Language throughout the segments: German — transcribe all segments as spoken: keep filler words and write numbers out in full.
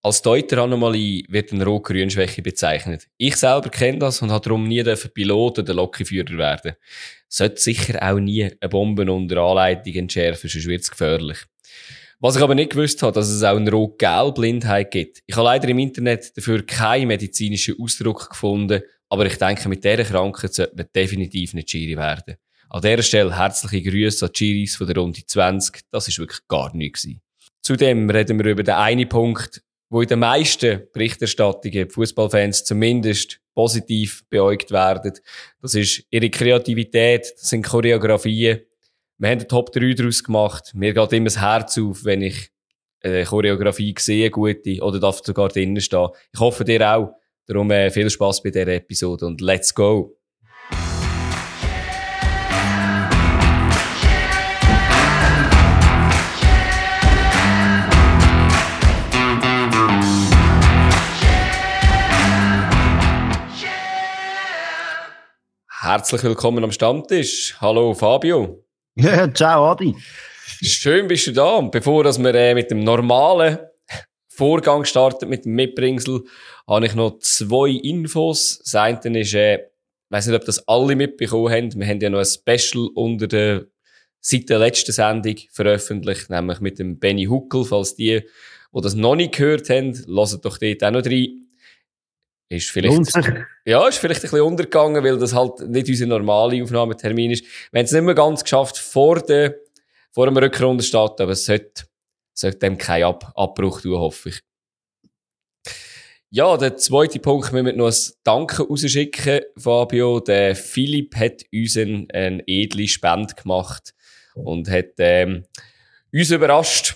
Als Deuteranomalie wird eine Rot-Grün-Schwäche bezeichnet. Ich selber kenne das und habe darum nie Pilot oder Lokführer werden. Sollte sicher auch nie eine Bombe unter Anleitung entschärfen, sonst wird es gefährlich. Was ich aber nicht gewusst habe, dass es auch eine Rot-Gelb-Blindheit gibt. Ich habe leider im Internet dafür keinen medizinischen Ausdruck gefunden, aber ich denke, mit dieser Krankheit sollte man definitiv nicht Schiri werden. An dieser Stelle herzliche Grüße an die Schiris von der Runde zwanzig. Das war wirklich gar nichts gewesen. Zudem reden wir über den einen Punkt, wo in den meisten Berichterstattungen Fußballfans zumindest positiv beäugt werden. Das ist ihre Kreativität, das sind Choreografien. Wir haben eine Top drei daraus gemacht. Mir geht immer das Herz auf, wenn ich eine Choreografie sehe, gute, oder darf sogar drinnen stehen. Ich hoffe dir auch. Darum äh, viel Spass bei dieser Episode und let's go! Herzlich willkommen am Stammtisch. Hallo Fabio. Ja, ciao Adi. Schön bist du da. Und bevor dass wir äh, mit dem normalen Vorgang starten, mit dem Mitbringsel, habe ich noch zwei Infos. Das eine ist, äh, ich weiss nicht, ob das alle mitbekommen haben. Wir haben ja noch ein Special unter der seit der letzten Sendung veröffentlicht, nämlich mit dem Benny Huckel. Falls die, die das noch nicht gehört haben, hören doch dort auch noch rein. Ist vielleicht, ja, ist vielleicht ein bisschen untergegangen, weil das halt nicht unser normaler Aufnahmetermin ist. Wir haben es nicht mehr ganz geschafft vor der, vor dem Rückrundenstart, aber es sollte, sollte dem keinen Ab- Abbruch tun, hoffe ich. Ja, der zweite Punkt, wir müssen noch ein Danke rausschicken, Fabio. Der Philipp hat uns eine, eine edle Spende gemacht und hat, ähm, uns überrascht.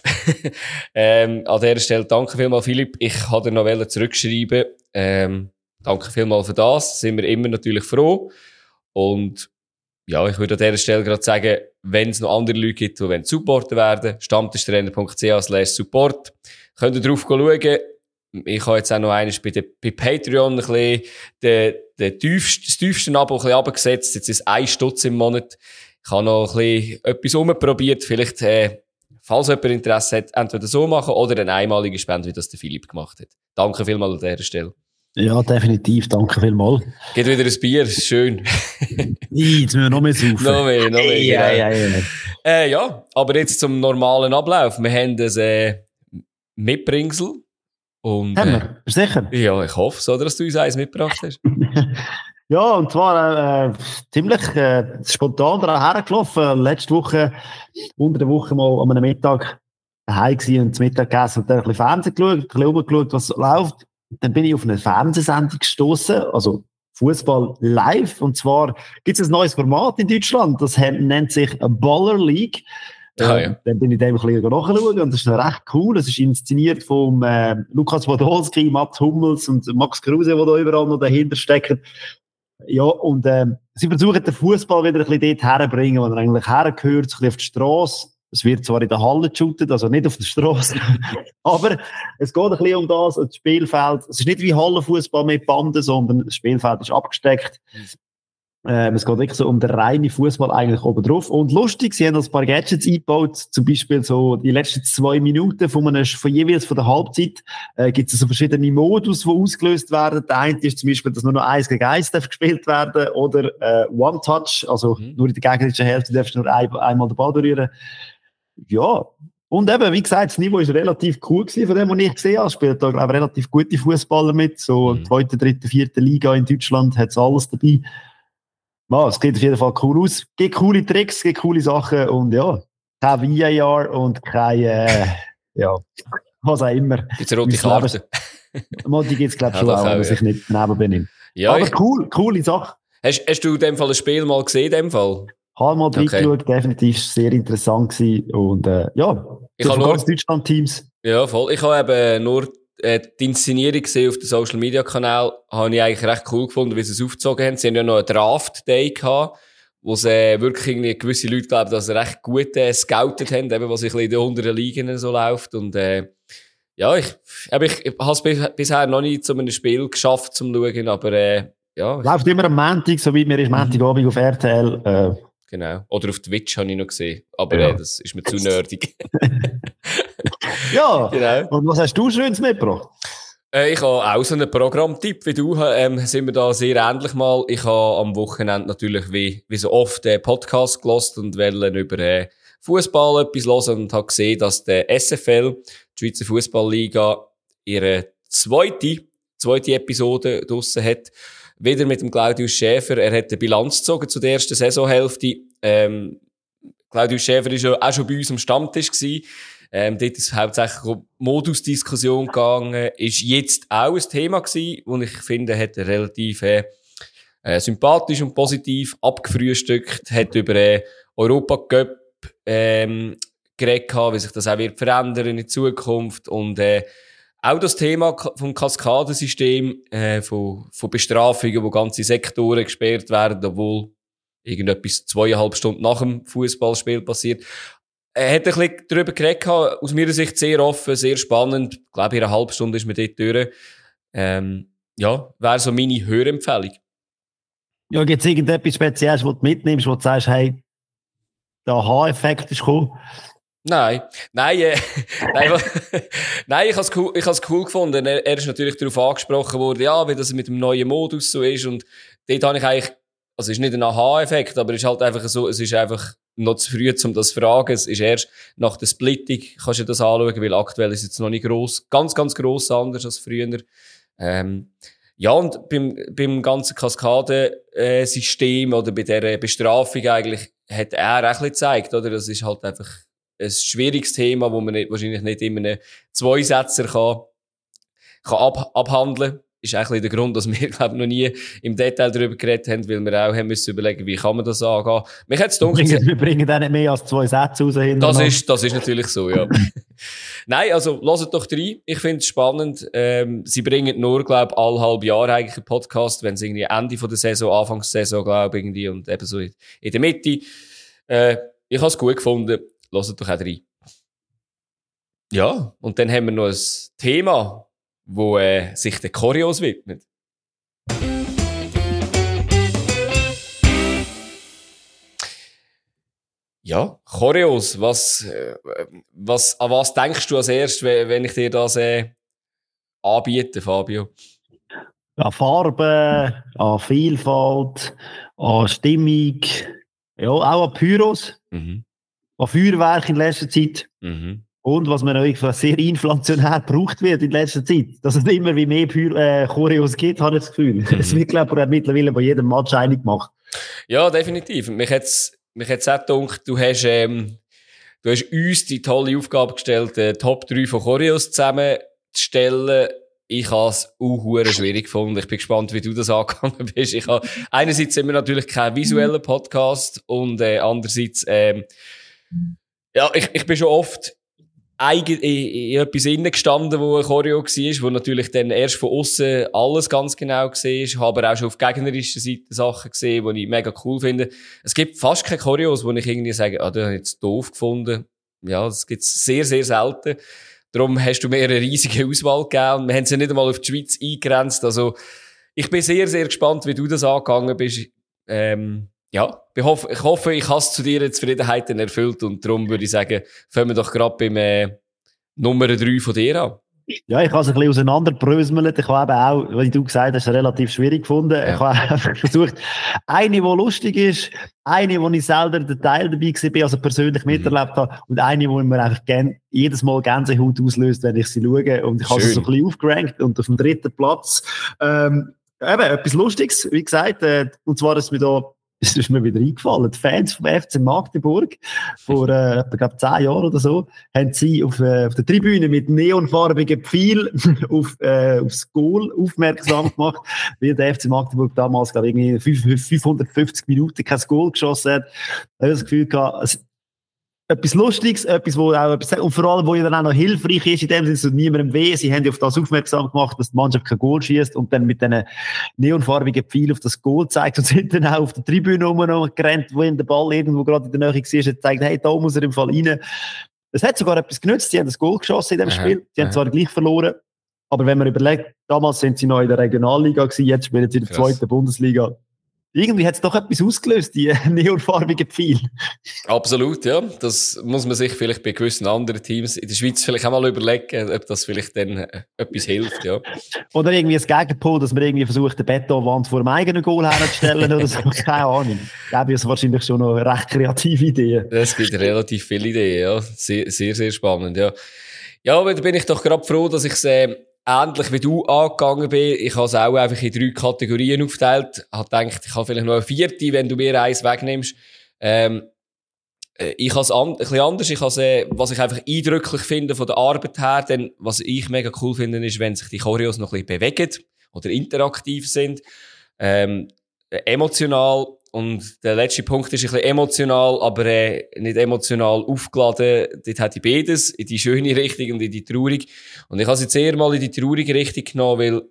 ähm, an dieser Stelle danke vielmals, Philipp. Ich wollte dir noch zurückschreiben. Ähm, danke vielmals für das. Sind wir immer natürlich froh. Und ja, ich würde an dieser Stelle gerade sagen, wenn es noch andere Leute gibt, die supporten werden, stammtischtrainer.ch slash support. Könnt ihr drauf schauen. Ich habe jetzt auch noch eines bei, der, bei Patreon ein bisschen den, den tiefst, das tiefste Abo ein bisschen runtergesetzt. Jetzt ist es ein Stutz im Monat. Ich habe noch ein bisschen etwas rumprobiert. Vielleicht, äh, falls jemand Interesse hat, entweder so machen oder eine einmalige Spende, wie das der Philipp gemacht hat. Danke vielmals an dieser Stelle. Ja, definitiv. Danke vielmals. Geht wieder ein Bier, ist schön. Jetzt müssen wir noch mehr saufen. noch mehr, noch mehr. Ja, ja, ja. Äh, ja, aber jetzt zum normalen Ablauf. Wir haben ein äh, Mitbringsel. Und, haben wir? Äh, sicher? Ja, ich hoffe so, dass du uns eins mitgebracht hast. Ja, und zwar äh, ziemlich äh, spontan daran hergelaufen. Letzte Woche, unter der Woche mal an einem Mittag daheim gewesen und zum Mittag gegessen und dann ein bisschen Fernsehen geschaut, ein bisschen rumgeschaut, was läuft. Dann bin ich auf eine Fernsehsendung gestoßen, also Fußball live. Und zwar gibt es ein neues Format in Deutschland, das nennt sich Baller League. Ah, äh, ja. Dann bin ich dem ein bisschen nachschauen und das ist recht cool. Es ist inszeniert von äh, Lukas Podolski, Mats Hummels und Max Kruse, die da überall noch dahinter stecken. Ja, und ähm, sie versuchen den Fußball wieder ein bisschen dort herzubringen, wo er eigentlich hergehört, ein bisschen auf die Strasse. Es wird zwar in der Halle geshootet, also nicht auf der Straße, aber es geht ein bisschen um das, das Spielfeld. Es ist nicht wie Hallenfußball mit Banden, sondern das Spielfeld ist abgesteckt. Ähm, es geht wirklich so um den reinen Fußball eigentlich oben drauf. Und lustig, sie haben ein paar Gadgets eingebaut, zum Beispiel so die letzten zwei Minuten von, einer, von jeweils von der Halbzeit, äh, gibt es so verschiedene Modus, die ausgelöst werden. Der eine ist zum Beispiel, dass nur noch eins gegen eins darf gespielt werden oder äh, One-Touch, also mhm. nur in der gegnerischen Hälfte darfst du nur ein, einmal den Ball berühren. Ja, und eben, wie gesagt, das Niveau war relativ cool gewesen, von dem, was ich gesehen habe. Es spielt da, glaube ich, relativ gute Fußballer mit, so mhm. zweite, dritte, vierte Liga in Deutschland, hat es alles dabei. Ja, es geht auf jeden Fall cool aus. Es gibt coole Tricks, es gibt coole Sachen und ja, kein V A R und kein, äh, ja, was auch immer. Gibt's eine rote Karte? Mal, die gibt's, glaube ich, schon auch, wenn man sich nicht daneben benimmt. Ja, aber ich, cool, coole Sache. Hast, hast du in dem Fall ein Spiel mal gesehen, in dem Fall? Habe mal okay. reingeschaut, definitiv sehr interessant gewesen und äh, ja, ich habe nur Deutschland-Teams. Ja, voll. Ich habe eben nur äh, die Inszenierung gesehen auf dem Social-Media-Kanal, habe ich eigentlich recht cool gefunden, wie sie es aufgezogen haben. Sie haben ja noch einen Draft-Day gehabt, wo sie äh, wirklich irgendwie gewisse Leute, glaube ich, dass sie recht gut äh, scoutet haben, eben, was ein bisschen in den unteren Ligen so läuft. Und äh, ja, ich, eben, ich, ich habe es bis, bisher noch nicht zu einem Spiel geschafft zum Schauen, aber äh, ja. Läuft immer am Montag, so wie mir ist Montagabend auf R T L. Äh, genau. Oder auf Twitch habe ich noch gesehen. Aber Ja. äh, das ist mir zu nerdig. Ja, Genau. und was hast du Schönes mitgebracht? Äh, ich habe auch so einen Programmtipp wie du. Ähm, sind wir da sehr ähnlich mal. Ich habe am Wochenende natürlich wie, wie so oft den Podcast gelost und wollte über äh, Fußball etwas hören und habe gesehen, dass der S F L, die Schweizer Fußballliga, ihre zweite, zweite Episode draussen hat. Wieder mit dem Claudius Schäfer. Er hat eine Bilanz gezogen zu der ersten Saisonhälfte. Ähm, Claudius Schäfer war ja auch schon bei uns am Stammtisch gewesen. Ähm, dort ist es hauptsächlich um Modusdiskussion gegangen. Ist jetzt auch ein Thema gewesen, und ich finde, hat er relativ äh, äh, sympathisch und positiv abgefrühstückt. Hat über äh, Europa-Cup ähm, geredet, wie sich das auch wird verändern in Zukunft. Und äh, auch das Thema vom Kaskadensystem, äh, von, von Bestrafungen, wo ganze Sektoren gesperrt werden, obwohl irgendetwas zweieinhalb Stunden nach dem Fußballspiel passiert. Er hat ein bisschen darüber geredet, aus meiner Sicht sehr offen, sehr spannend. Ich glaube, in einer halben Stunde ist man dort durch. Ähm, ja, wäre so meine Hörempfehlung. Ja, gibt es irgendetwas Spezielles, was du mitnimmst, wo du sagst, hey, der Aha-Effekt ist gekommen? Nein, nein, äh, nein, nein, ich habe es cool, ich habe es cool gefunden. Er, er ist natürlich darauf angesprochen worden, ja, wie das mit dem neuen Modus so ist, und dort habe ich eigentlich, also es ist nicht ein Aha-Effekt, aber es ist halt einfach so, es ist einfach noch zu früh, um das zu fragen. Es ist erst nach der Splitting, kannst du das anschauen, weil aktuell ist es jetzt noch nicht gross, ganz, ganz gross anders als früher. Ähm, ja, und beim, beim ganzen Kaskadensystem oder bei dieser Bestrafung eigentlich hat er auch ein bisschen gezeigt, oder? Das ist halt einfach ein schwieriges Thema, wo man nicht, wahrscheinlich nicht immer einen Zweisätzer kann, kann ab, abhandeln. Ist auch ein bisschen der Grund, dass wir, glaube ich, noch nie im Detail darüber geredet haben, weil wir auch haben müssen überlegen, wie kann man das angehen. Mich hat's gedacht, wir, bringen, wir bringen dann nicht mehr als zwei Sätze raus. Das ist, das ist natürlich so, ja. Nein, also, hört doch rein. Ich finde es spannend. Ähm, sie bringen nur, glaube ich, alle halbe Jahre eigentlich einen Podcast, wenn es irgendwie Ende von der Saison, Anfangssaison, glaube ich, irgendwie, und eben so in, in der Mitte. Äh, ich habe es gut gefunden. Hört doch auch rein. Ja, und dann haben wir noch ein Thema, wo äh, sich der Choreos widmet. Ja, Choreos, was, äh, was, an was denkst du als erstes, wenn ich dir das äh, anbiete, Fabio? An Farben, an Vielfalt, an Stimmung, ja, auch an Pyros, Mhm. an Feuerwerk in letzter Zeit. Mhm. Und was man auch sehr inflationär gebraucht wird in letzter Zeit. Dass es immer wie mehr Py- äh, Choreos gibt, habe ich das Gefühl. Mhm. Es wird, glaube ich, mittlerweile bei jedem Match einig gemacht. Ja, definitiv. Mich hat's, mich hat's auch gedacht, du hast, ähm, du hast uns die tolle Aufgabe gestellt, äh, Top drei von Choreos zusammenzustellen. Ich habe es auch schwierig gefunden. Ich bin gespannt, wie du das angegangen bist. Ich habe, einerseits sind wir natürlich kein visueller Podcast und, äh, andererseits, ähm, ja, ich, ich bin schon oft in, in etwas innen gestanden, wo ein Choreo war, wo natürlich dann erst von außen alles ganz genau gesehen ist. Ich habe aber auch schon auf gegnerischer Seite Sachen gesehen, die ich mega cool finde. Es gibt fast keine Choreos, wo ich irgendwie sage, ah, das habe ich jetzt doof gefunden. Ja, das gibt es sehr, sehr selten. Darum hast du mir eine riesige Auswahl gegeben. Wir haben sie ja nicht einmal auf die Schweiz eingegrenzt. Also, ich bin sehr, sehr gespannt, wie du das angegangen bist. Ähm, ja, ich hoffe, ich hoffe, ich habe es zu dir Zufriedenheit erfüllt, und darum würde ich sagen, fangen wir doch gerade beim äh, Nummer drei von dir an. Ja, ich habe es ein bisschen auseinanderbröselt. Ich habe eben auch, wie du gesagt hast, relativ schwierig gefunden. Ja. Ich habe einfach versucht, eine, die lustig ist, eine, wo ich selber den Teil dabei war, also persönlich mhm. miterlebt habe, und eine, die mir einfach gern, jedes Mal Gänsehaut auslöst, wenn ich sie schaue. Und ich habe sie so ein bisschen aufgerankt, und auf dem dritten Platz ähm, eben etwas Lustiges, wie gesagt, äh, und zwar ist mir da es ist mir wieder eingefallen. Die Fans vom F C Magdeburg, vor, äh, ich glaube, zehn Jahren oder so, haben sie auf, äh, auf der Tribüne mit neonfarbigen Pfeil auf, äh, aufs Goal aufmerksam gemacht, weil der F C Magdeburg damals, glaube ich, irgendwie fünfhundertfünfzig Minuten kein Goal geschossen hat. Da habe ich das Gefühl gehabt, es, etwas Lustiges, etwas, wo auch etwas, und vor allem, wo ja dann auch noch hilfreich ist, in dem Sinne, es tut niemandem weh. Sie haben ja auf das aufmerksam gemacht, dass die Mannschaft kein Goal schießt, und dann mit diesen neonfarbigen Pfeilen auf das Goal zeigt, und sind dann auch auf der Tribüne rumgerannt, wo der Ball irgendwo gerade in der Nähe war, und zeigt, hey, da muss er im Fall rein. Es hat sogar etwas genützt. Sie haben das Goal geschossen in dem aha, Spiel. Sie aha. haben zwar gleich verloren, aber wenn man überlegt, damals sind sie noch in der Regionalliga gewesen, jetzt spielen sie in der Krass. zweiten Bundesliga. irgendwie hat es doch etwas ausgelöst, die neonfarbigen Pfeile. Absolut, ja. Das muss man sich vielleicht bei gewissen anderen Teams in der Schweiz vielleicht auch mal überlegen, ob das vielleicht dann äh, etwas hilft, ja. Oder irgendwie das Gegenpol, dass man irgendwie versucht, eine Betonwand vor dem eigenen Goal herzustellen oder so. Keine Ahnung. Ich glaube, das ist wahrscheinlich schon noch eine recht kreative Idee. Es gibt relativ viele Ideen, ja. Sehr, sehr, sehr spannend, ja. Ja, aber da bin ich doch gerade froh, dass ich es äh, ähnlich wie du angegangen bin. Ich habe es auch einfach in drei Kategorien aufgeteilt. Ich habe gedacht, ich habe vielleicht noch eine vierte, wenn du mir eins wegnimmst. Ähm, ich habe es an, ein bisschen anders. Ich habe es, äh, was ich einfach eindrücklich finde von der Arbeit her, denn was ich mega cool finde, ist, wenn sich die Choreos noch ein bisschen bewegen oder interaktiv sind. Ähm, emotional. Und der letzte Punkt ist ein bisschen emotional, aber äh, nicht emotional aufgeladen. Dort hat die beides, in die schöne Richtung und in die traurige. Und ich habe es jetzt eher mal in die traurige Richtung genommen, weil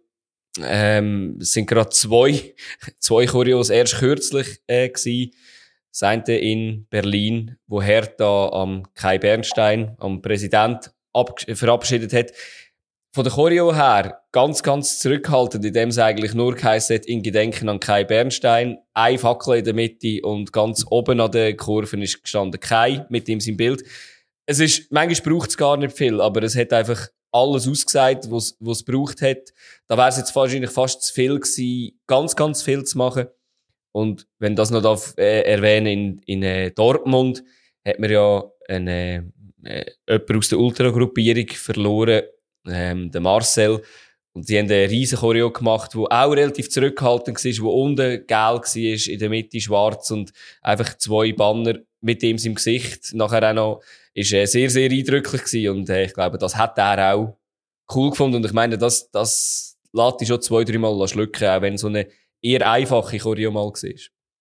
ähm, es sind gerade zwei, zwei Choreos erst kürzlich äh, gewesen. Das eine in Berlin, wo Hertha am Kai Bernstein, am Präsident, verabschiedet hat. Von der Choreo her ganz, ganz zurückhaltend, indem es eigentlich nur geheißen hat, in Gedenken an Kai Bernstein. Ein Fackel in der Mitte und ganz oben an den Kurven ist gestanden Kai mit ihm sein Bild. Es ist, manchmal braucht es gar nicht viel, aber es hat einfach alles ausgesagt, was es gebraucht hat. Da wäre es jetzt wahrscheinlich fast zu viel gewesen, ganz, ganz viel zu machen. Und wenn das noch darf, äh, erwähnen, in, in äh, Dortmund hat man ja eine, äh, jemand aus der Ultragruppierung verloren, ähm, der Marcel. Und die haben eine riesen Choreo gemacht, die auch relativ zurückhaltend war, wo unten gelb war, in der Mitte schwarz und einfach zwei Banner mit ihm im Gesicht. Nachher auch noch, ist äh, sehr, sehr eindrücklich gewesen. Und äh, ich glaube, das hat er auch cool gefunden. Und ich meine, das, das lässt dich schon zwei, dreimal schlucken, auch wenn so eine eher einfache Choreo mal war.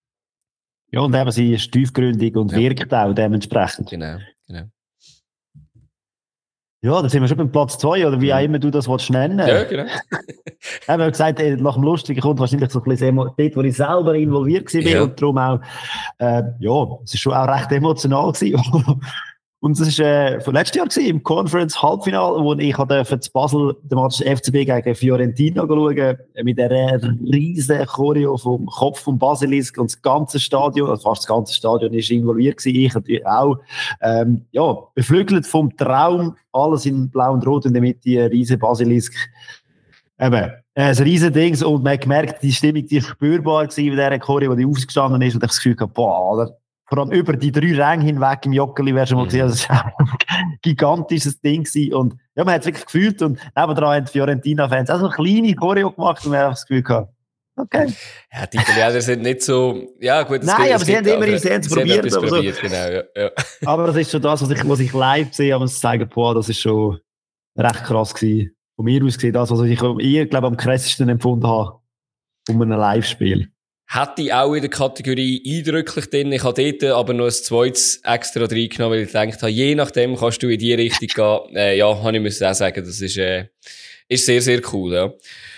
Ja, und eben, sie ist tiefgründig und ja. Wirkt auch dementsprechend. Genau, genau. Ja, da sind wir schon beim Platz zwei, oder wie auch immer du das willst nennen. Ja, genau. Wir haben gesagt, nach dem Lustigen kommt wahrscheinlich so ein bisschen dort, wo ich selber involviert war. Ja. Und darum auch, äh, ja, es war schon auch recht emotional gewesen. Und das war äh, von letztes Jahr gewesen, im Conference-Halbfinale, wo ich durfte zu Basel den Match F C B gegen Fiorentina schauen, mit einer riesen Choreo vom Kopf von Basilisk und das ganze Stadion, also fast das ganze Stadion ist involviert gewesen, ich natürlich auch, ähm, ja, beflügelt vom Traum, alles in blau und rot in der Mitte, ein riesen Basilisk. Eben, äh, ein riesen Ding, und man hat gemerkt, die Stimmung, die ist spürbar gewesen, bei dieser Choreo, die aufgestanden ist, und ich das Gefühl gehabt, boah, Alter, vor allem über die drei Ränge hinweg im Joggeli wäre schon mal gesehen, das war ein gigantisches Ding gewesen. Und ja, man hat es wirklich gefühlt. Und nebendran haben die Fiorentina-Fans auch so eine kleine Choreo gemacht und man hat das Gefühl gehabt, okay. Ja, die Italiener sind nicht so, ja gut. Nein, geht, aber sie haben immer sie haben es probiert. Aber, probiert so. Genau, ja, ja. Aber das ist schon das, was ich, was ich live sehe, aber zu sagen, boah, das ist schon recht krass gewesen. Von mir aus gesehen, das, was ich, ich glaube, am krassesten empfunden habe, um ein Live-Spiel. Hätte ich auch in der Kategorie eindrücklich drin. Ich habe dort aber noch ein zweites extra reingenommen, weil ich gedacht habe, je nachdem kannst du in die Richtung gehen. Äh, ja, habe ich müssen auch sagen, das ist, äh, ist sehr, sehr cool, ja.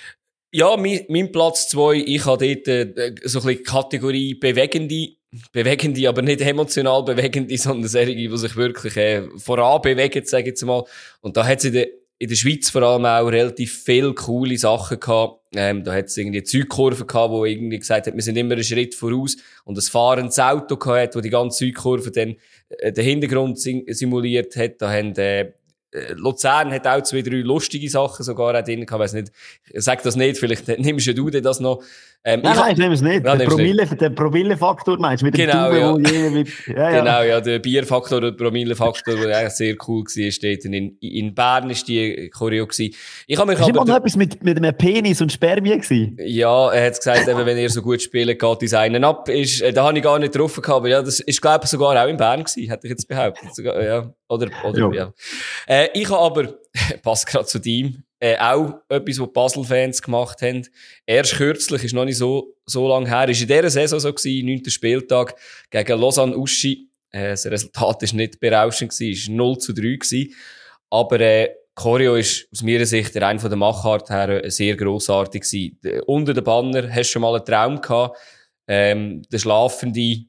Ja, mein, mein Platz zwei, ich habe dort äh, so ein bisschen Kategorie bewegende, bewegende, aber nicht emotional bewegende, sondern solche, die sich wirklich äh, voran bewegen, sage ich jetzt mal. Und da hat es in der in der Schweiz vor allem auch relativ viele coole Sachen gehabt. Ähm, da hat es irgendwie Zeugkurven gehabt, wo irgendwie gesagt hat, wir sind immer einen Schritt voraus. Und ein fahrendes Auto gehabt, wo die ganze Zeugkurve dann äh, den Hintergrund simuliert hat. Da haben, äh, Luzern hat auch zwei, drei lustige Sachen sogar auch drin gehabt. Ich weiss nicht, sag das nicht, vielleicht nimmst du dir das noch. Ähm, nein, ich, nein, ich nehme es nicht. Ja, der, Promille, nicht. Der Promillefaktor meinst du? Mit genau, dem ja. Je, mit, ja, ja. Genau, ja, der Bierfaktor oder Promillefaktor, der eigentlich sehr cool war, steht in, in Bern ist die Choreo gewesen. Ich habe mich ist aber... Ist noch etwas mit, mit einem Penis und Spermien gewesen? Ja, er hat gesagt, eben, wenn ihr so gut spielt, geht das einen ab. Ist, äh, da habe ich gar nicht drauf gehabt, aber ja, das ist, glaube ich, sogar auch in Bern gewesen, hätte ich jetzt behauptet. Sogar, ja. Oder, oder, ja. ja. Äh, ich habe aber, passt gerade zu dem, Äh, auch etwas, was die Basel-Fans gemacht haben. Erst kürzlich, ist noch nicht so, so lange her, ist in dieser Saison so gewesen, neunter Spieltag gegen Lausanne-Uschi. Äh, das Resultat ist nicht berauschend gewesen, ist null zu drei gewesen. Aber, äh, Choreo ist aus meiner Sicht der eine von der Machart her sehr grossartig gewesen. De, unter den Banner hast du schon mal einen Traum gehabt. Ähm, der schlafende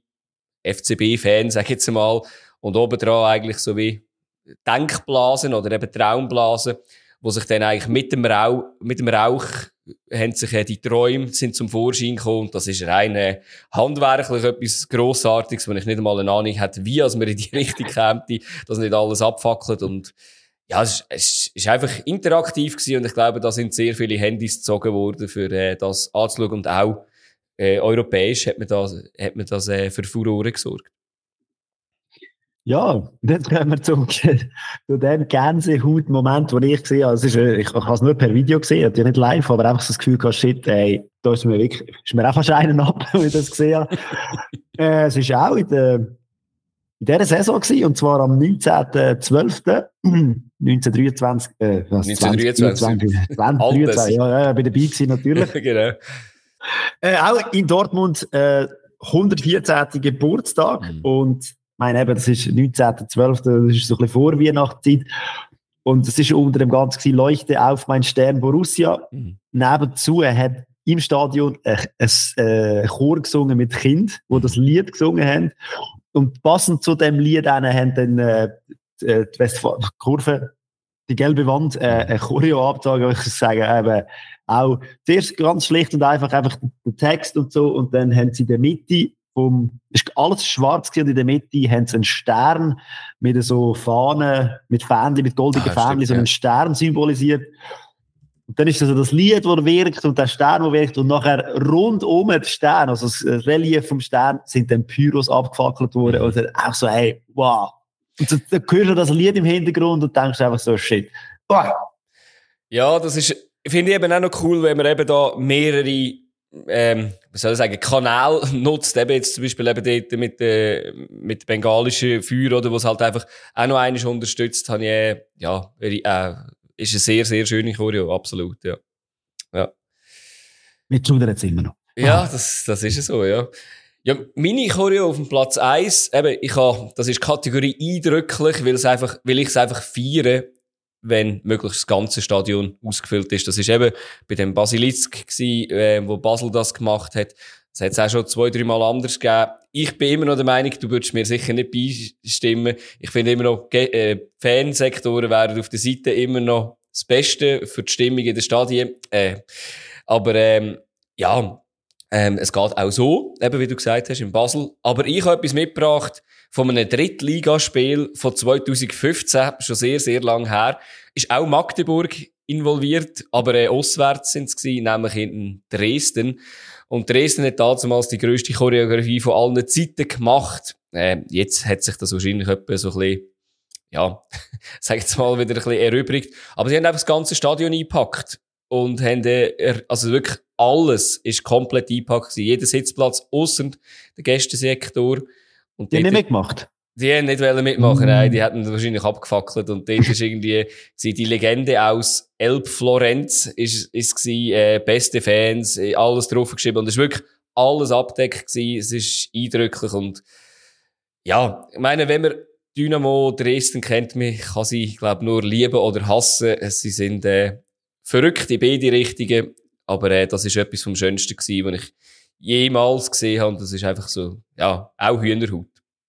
F C B-Fan, sag ich jetzt mal. Und obendran eigentlich so wie Denkblasen oder eben Traumblasen, wo sich dann eigentlich mit dem Rauch, mit dem Rauch haben sich äh, die Träume sind zum Vorschein gekommen. Und das ist rein äh, handwerklich etwas Grossartiges, wenn ich nicht einmal eine Ahnung hätte, wie als man in die Richtung käme, dass nicht alles abfackelt. Und ja, es, es ist einfach interaktiv gewesen und ich glaube, da sind sehr viele Handys gezogen worden, für äh, das anzuschauen. Und auch äh, europäisch hat man das, hat man das äh, für Furore gesorgt. Ja, jetzt kommen wir zum, zu dem Gänsehaut-Moment, den ich gesehen habe. Es ist, ich, ich habe es nur per Video gesehen, ja nicht live, aber einfach so das Gefühl gehabt, shit, ey, da ist mir wirklich, ist mir einfach einen ab, wenn ich das gesehen habe. äh, es ist auch in der, in dieser Saison gewesen, und zwar am neunzehnten zwölften neunzehnhundertdreiundzwanzig, äh, was, neunzehnhundertdreiundzwanzig. zwanzig dreiundzwanzig, ja, ja, bin dabei gewesen, natürlich. Genau. Äh, auch in Dortmund, äh, hundertvierzehnten Geburtstag, mhm. und ich meine, eben, das ist neunzehnten zwölften, das ist so ein bisschen vor Weihnachtszeit. Und es ist unter dem Ganzen Leuchte auf mein Stern Borussia. Mhm. Nebenzu hat im Stadion ein, ein, ein Chor gesungen mit Kind, wo das Lied gesungen haben. Und passend zu dem Lied haben dann äh, die Westfalen Kurve, die gelbe Wand, äh, ein Choreo abgetragen, würde ich sagen, eben auch zuerst ganz schlicht und einfach, einfach den Text und so. Und dann haben sie in der Mitte vom, ist alles schwarz gewesen, und in der Mitte haben sie einen Stern mit so Fahnen, mit Fähnchen, mit goldigen ah, Fähnchen, so einen Stern symbolisiert. Und dann ist das so das Lied, das wirkt, und der Stern, der wirkt, und nachher rund um den Stern, also das Relief vom Stern, sind dann Pyros abgefackelt worden, und dann auch so, hey, wow. Und dann, dann hörst du das Lied im Hintergrund und denkst einfach so, shit. Wow. Ja, das ist, finde ich eben auch noch cool, wenn man eben da mehrere ähm, was soll ich sagen, Kanal nutzt, eben jetzt zum Beispiel eben dort mit, äh, mit bengalischen Feuer, oder, was halt einfach auch noch eines unterstützt, habe ich, äh, ja, äh, ist eine sehr, sehr schöne Choreo, absolut, ja. Ja. Mit schudern jetzt immer noch. Ja, das, das ist so, ja. Ja, meine Choreo auf dem Platz eins, eben, ich habe, das ist Kategorie eindrücklich, weil es einfach, weil ich es einfach feiere, wenn möglichst das ganze Stadion ausgefüllt ist. Das ist eben bei dem Basilisk gewesen, äh, wo Basel das gemacht hat. Das hat es auch schon zwei, drei Mal anders gegeben. Ich bin immer noch der Meinung, du würdest mir sicher nicht beistimmen. Ich finde immer noch, äh, Fansektoren wären auf der Seite immer noch das Beste für die Stimmung in den Stadien. Äh, aber, ähm, ja, ähm, es geht auch so, eben wie du gesagt hast, in Basel. Aber ich habe etwas mitgebracht von einem Drittligaspiel von zweitausendfünfzehn, schon sehr, sehr lang her. Ist auch Magdeburg involviert, aber äh, auswärts sind es gewesen, nämlich in Dresden. Und Dresden hat damals die grösste Choreografie von allen Zeiten gemacht. Äh, jetzt hat sich das wahrscheinlich etwa so ein bisschen, ja, sag jetzt mal, wieder ein bisschen erübrigt. Aber sie haben einfach das ganze Stadion eingepackt. Und haben, äh, also wirklich alles ist komplett eingepackt. Jeder Sitzplatz, ausser der Gästensektor. Und die haben nicht mitgemacht? Die haben nicht mitmachen, mm. nein, die hätten wahrscheinlich abgefackelt. Und dort ist irgendwie, die Legende aus Elb-Florenz ist, ist gewesen, äh, beste Fans, alles draufgeschrieben. Und es ist wirklich alles abgedeckt gewesen. Es ist eindrücklich. Und, ja, ich meine, wenn man Dynamo Dresden kennt, man kann sie, glaube nur lieben oder hassen. Sie sind, äh, verrückt in beide Richtungen. Aber, äh, das ist etwas vom Schönsten gewesen, was ich jemals gesehen habe. Und das ist einfach so, ja, auch Hühnerhaut.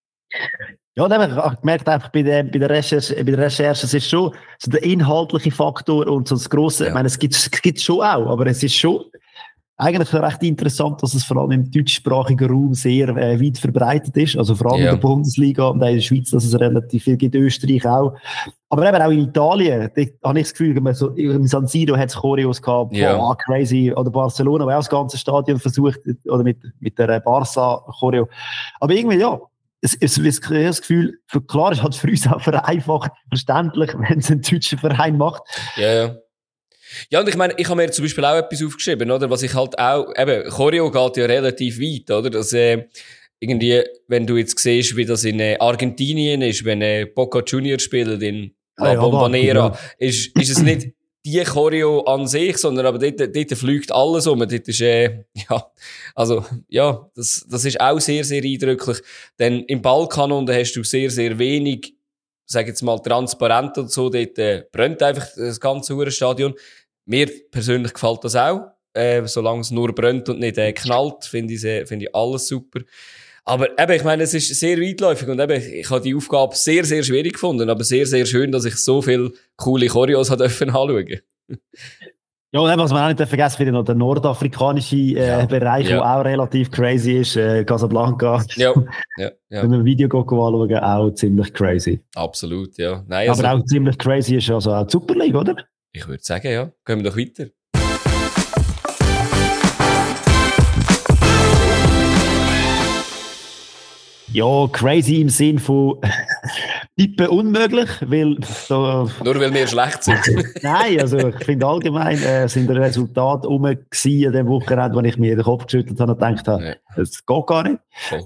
Ja, da habe ich gemerkt, einfach bei der, bei der Recherche, bei der Recherche, es ist schon so der inhaltliche Faktor und so das Grosse, ja. Ich meine, es gibt, es gibt schon auch, aber es ist schon eigentlich recht interessant, dass es vor allem im deutschsprachigen Raum sehr äh, weit verbreitet ist, also vor allem ja. in der Bundesliga und auch in der Schweiz, dass es relativ viel gibt, Österreich auch. Aber eben auch in Italien, da habe ich das Gefühl, man so, im San Siro hat es Choreos gehabt, ja. boah, crazy, oder Barcelona, wo auch das ganze Stadion versucht, oder mit, mit der Barca-Choreo. Aber irgendwie, ja, es ist das Gefühl, für, klar, ist halt für uns auch vereinfacht, verständlich, wenn es ein deutscher Verein macht. Ja, ja. Ja, und ich meine, ich habe mir zum Beispiel auch etwas aufgeschrieben, oder? Was ich halt auch, eben, Choreo geht ja relativ weit, oder? Dass, äh, irgendwie, wenn du jetzt siehst, wie das in äh, Argentinien ist, wenn äh, Boca Junior spielt in La ah, ja, Bombonera, ja. ist, ist es nicht die Choreo an sich, sondern aber dort, dort fliegt alles um. Dort ist, äh, ja, also, ja, das, das ist auch sehr, sehr eindrücklich. Denn im Balkan unten hast du sehr, sehr wenig, sag jetzt mal, transparent und so, dort äh, brennt einfach das ganze Uhrenstadion. Mir persönlich gefällt das auch, äh, solange es nur brennt und nicht äh, knallt, finde ich, äh, finde ich alles super. Aber eben, ich meine, es ist sehr weitläufig und eben, ich habe die Aufgabe sehr, sehr schwierig gefunden, aber sehr, sehr schön, dass ich so viele coole Choreos anschauen durfte. Ja, und was man auch nicht vergessen wird, noch der nordafrikanische äh, ja. Bereich, der ja. auch relativ crazy ist, äh, Casablanca. Ja. Ja. Ja. Wenn man ein Video anschauen, auch ziemlich crazy. Absolut, ja. Nein, aber also, auch ziemlich crazy ist also auch die Super League, oder? Ich würde sagen, ja. Gehen wir doch weiter. Ja, crazy im Sinn von Pippen unmöglich, weil da, nur weil wir schlecht sind. Nein, also ich finde allgemein äh, sind die Resultate rum gewesen an dem Wochenende, wo ich mir den Kopf geschüttelt habe und gedacht habe, ja. Das geht gar nicht. Voll.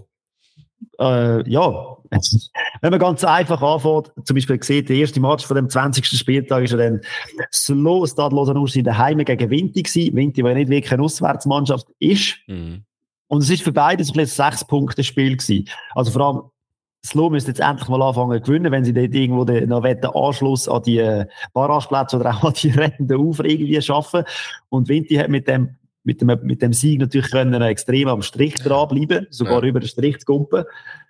Äh, ja, wenn man ganz einfach anfängt, zum Beispiel sieht, der erste Match von dem zwanzigsten Spieltag ist ja dann Slow Stade Lausanne in den Heimen gegen Vinti gewesen. Vinti, der ja nicht wirklich eine Auswärtsmannschaft ist. Mhm. Und es ist für beide so ein sechs-Punkte-Spiel gewesen. Also vor allem, Slow müsste jetzt endlich mal anfangen zu gewinnen, wenn sie dort irgendwo den, noch den Anschluss an die äh, Barrageplätze oder auch an die rettenden Ufer irgendwie schaffen. Und Vinti hat mit dem, mit dem, mit dem Sieg natürlich können extrem am Strich dranbleiben, sogar ja. über den Strich zu kumpen.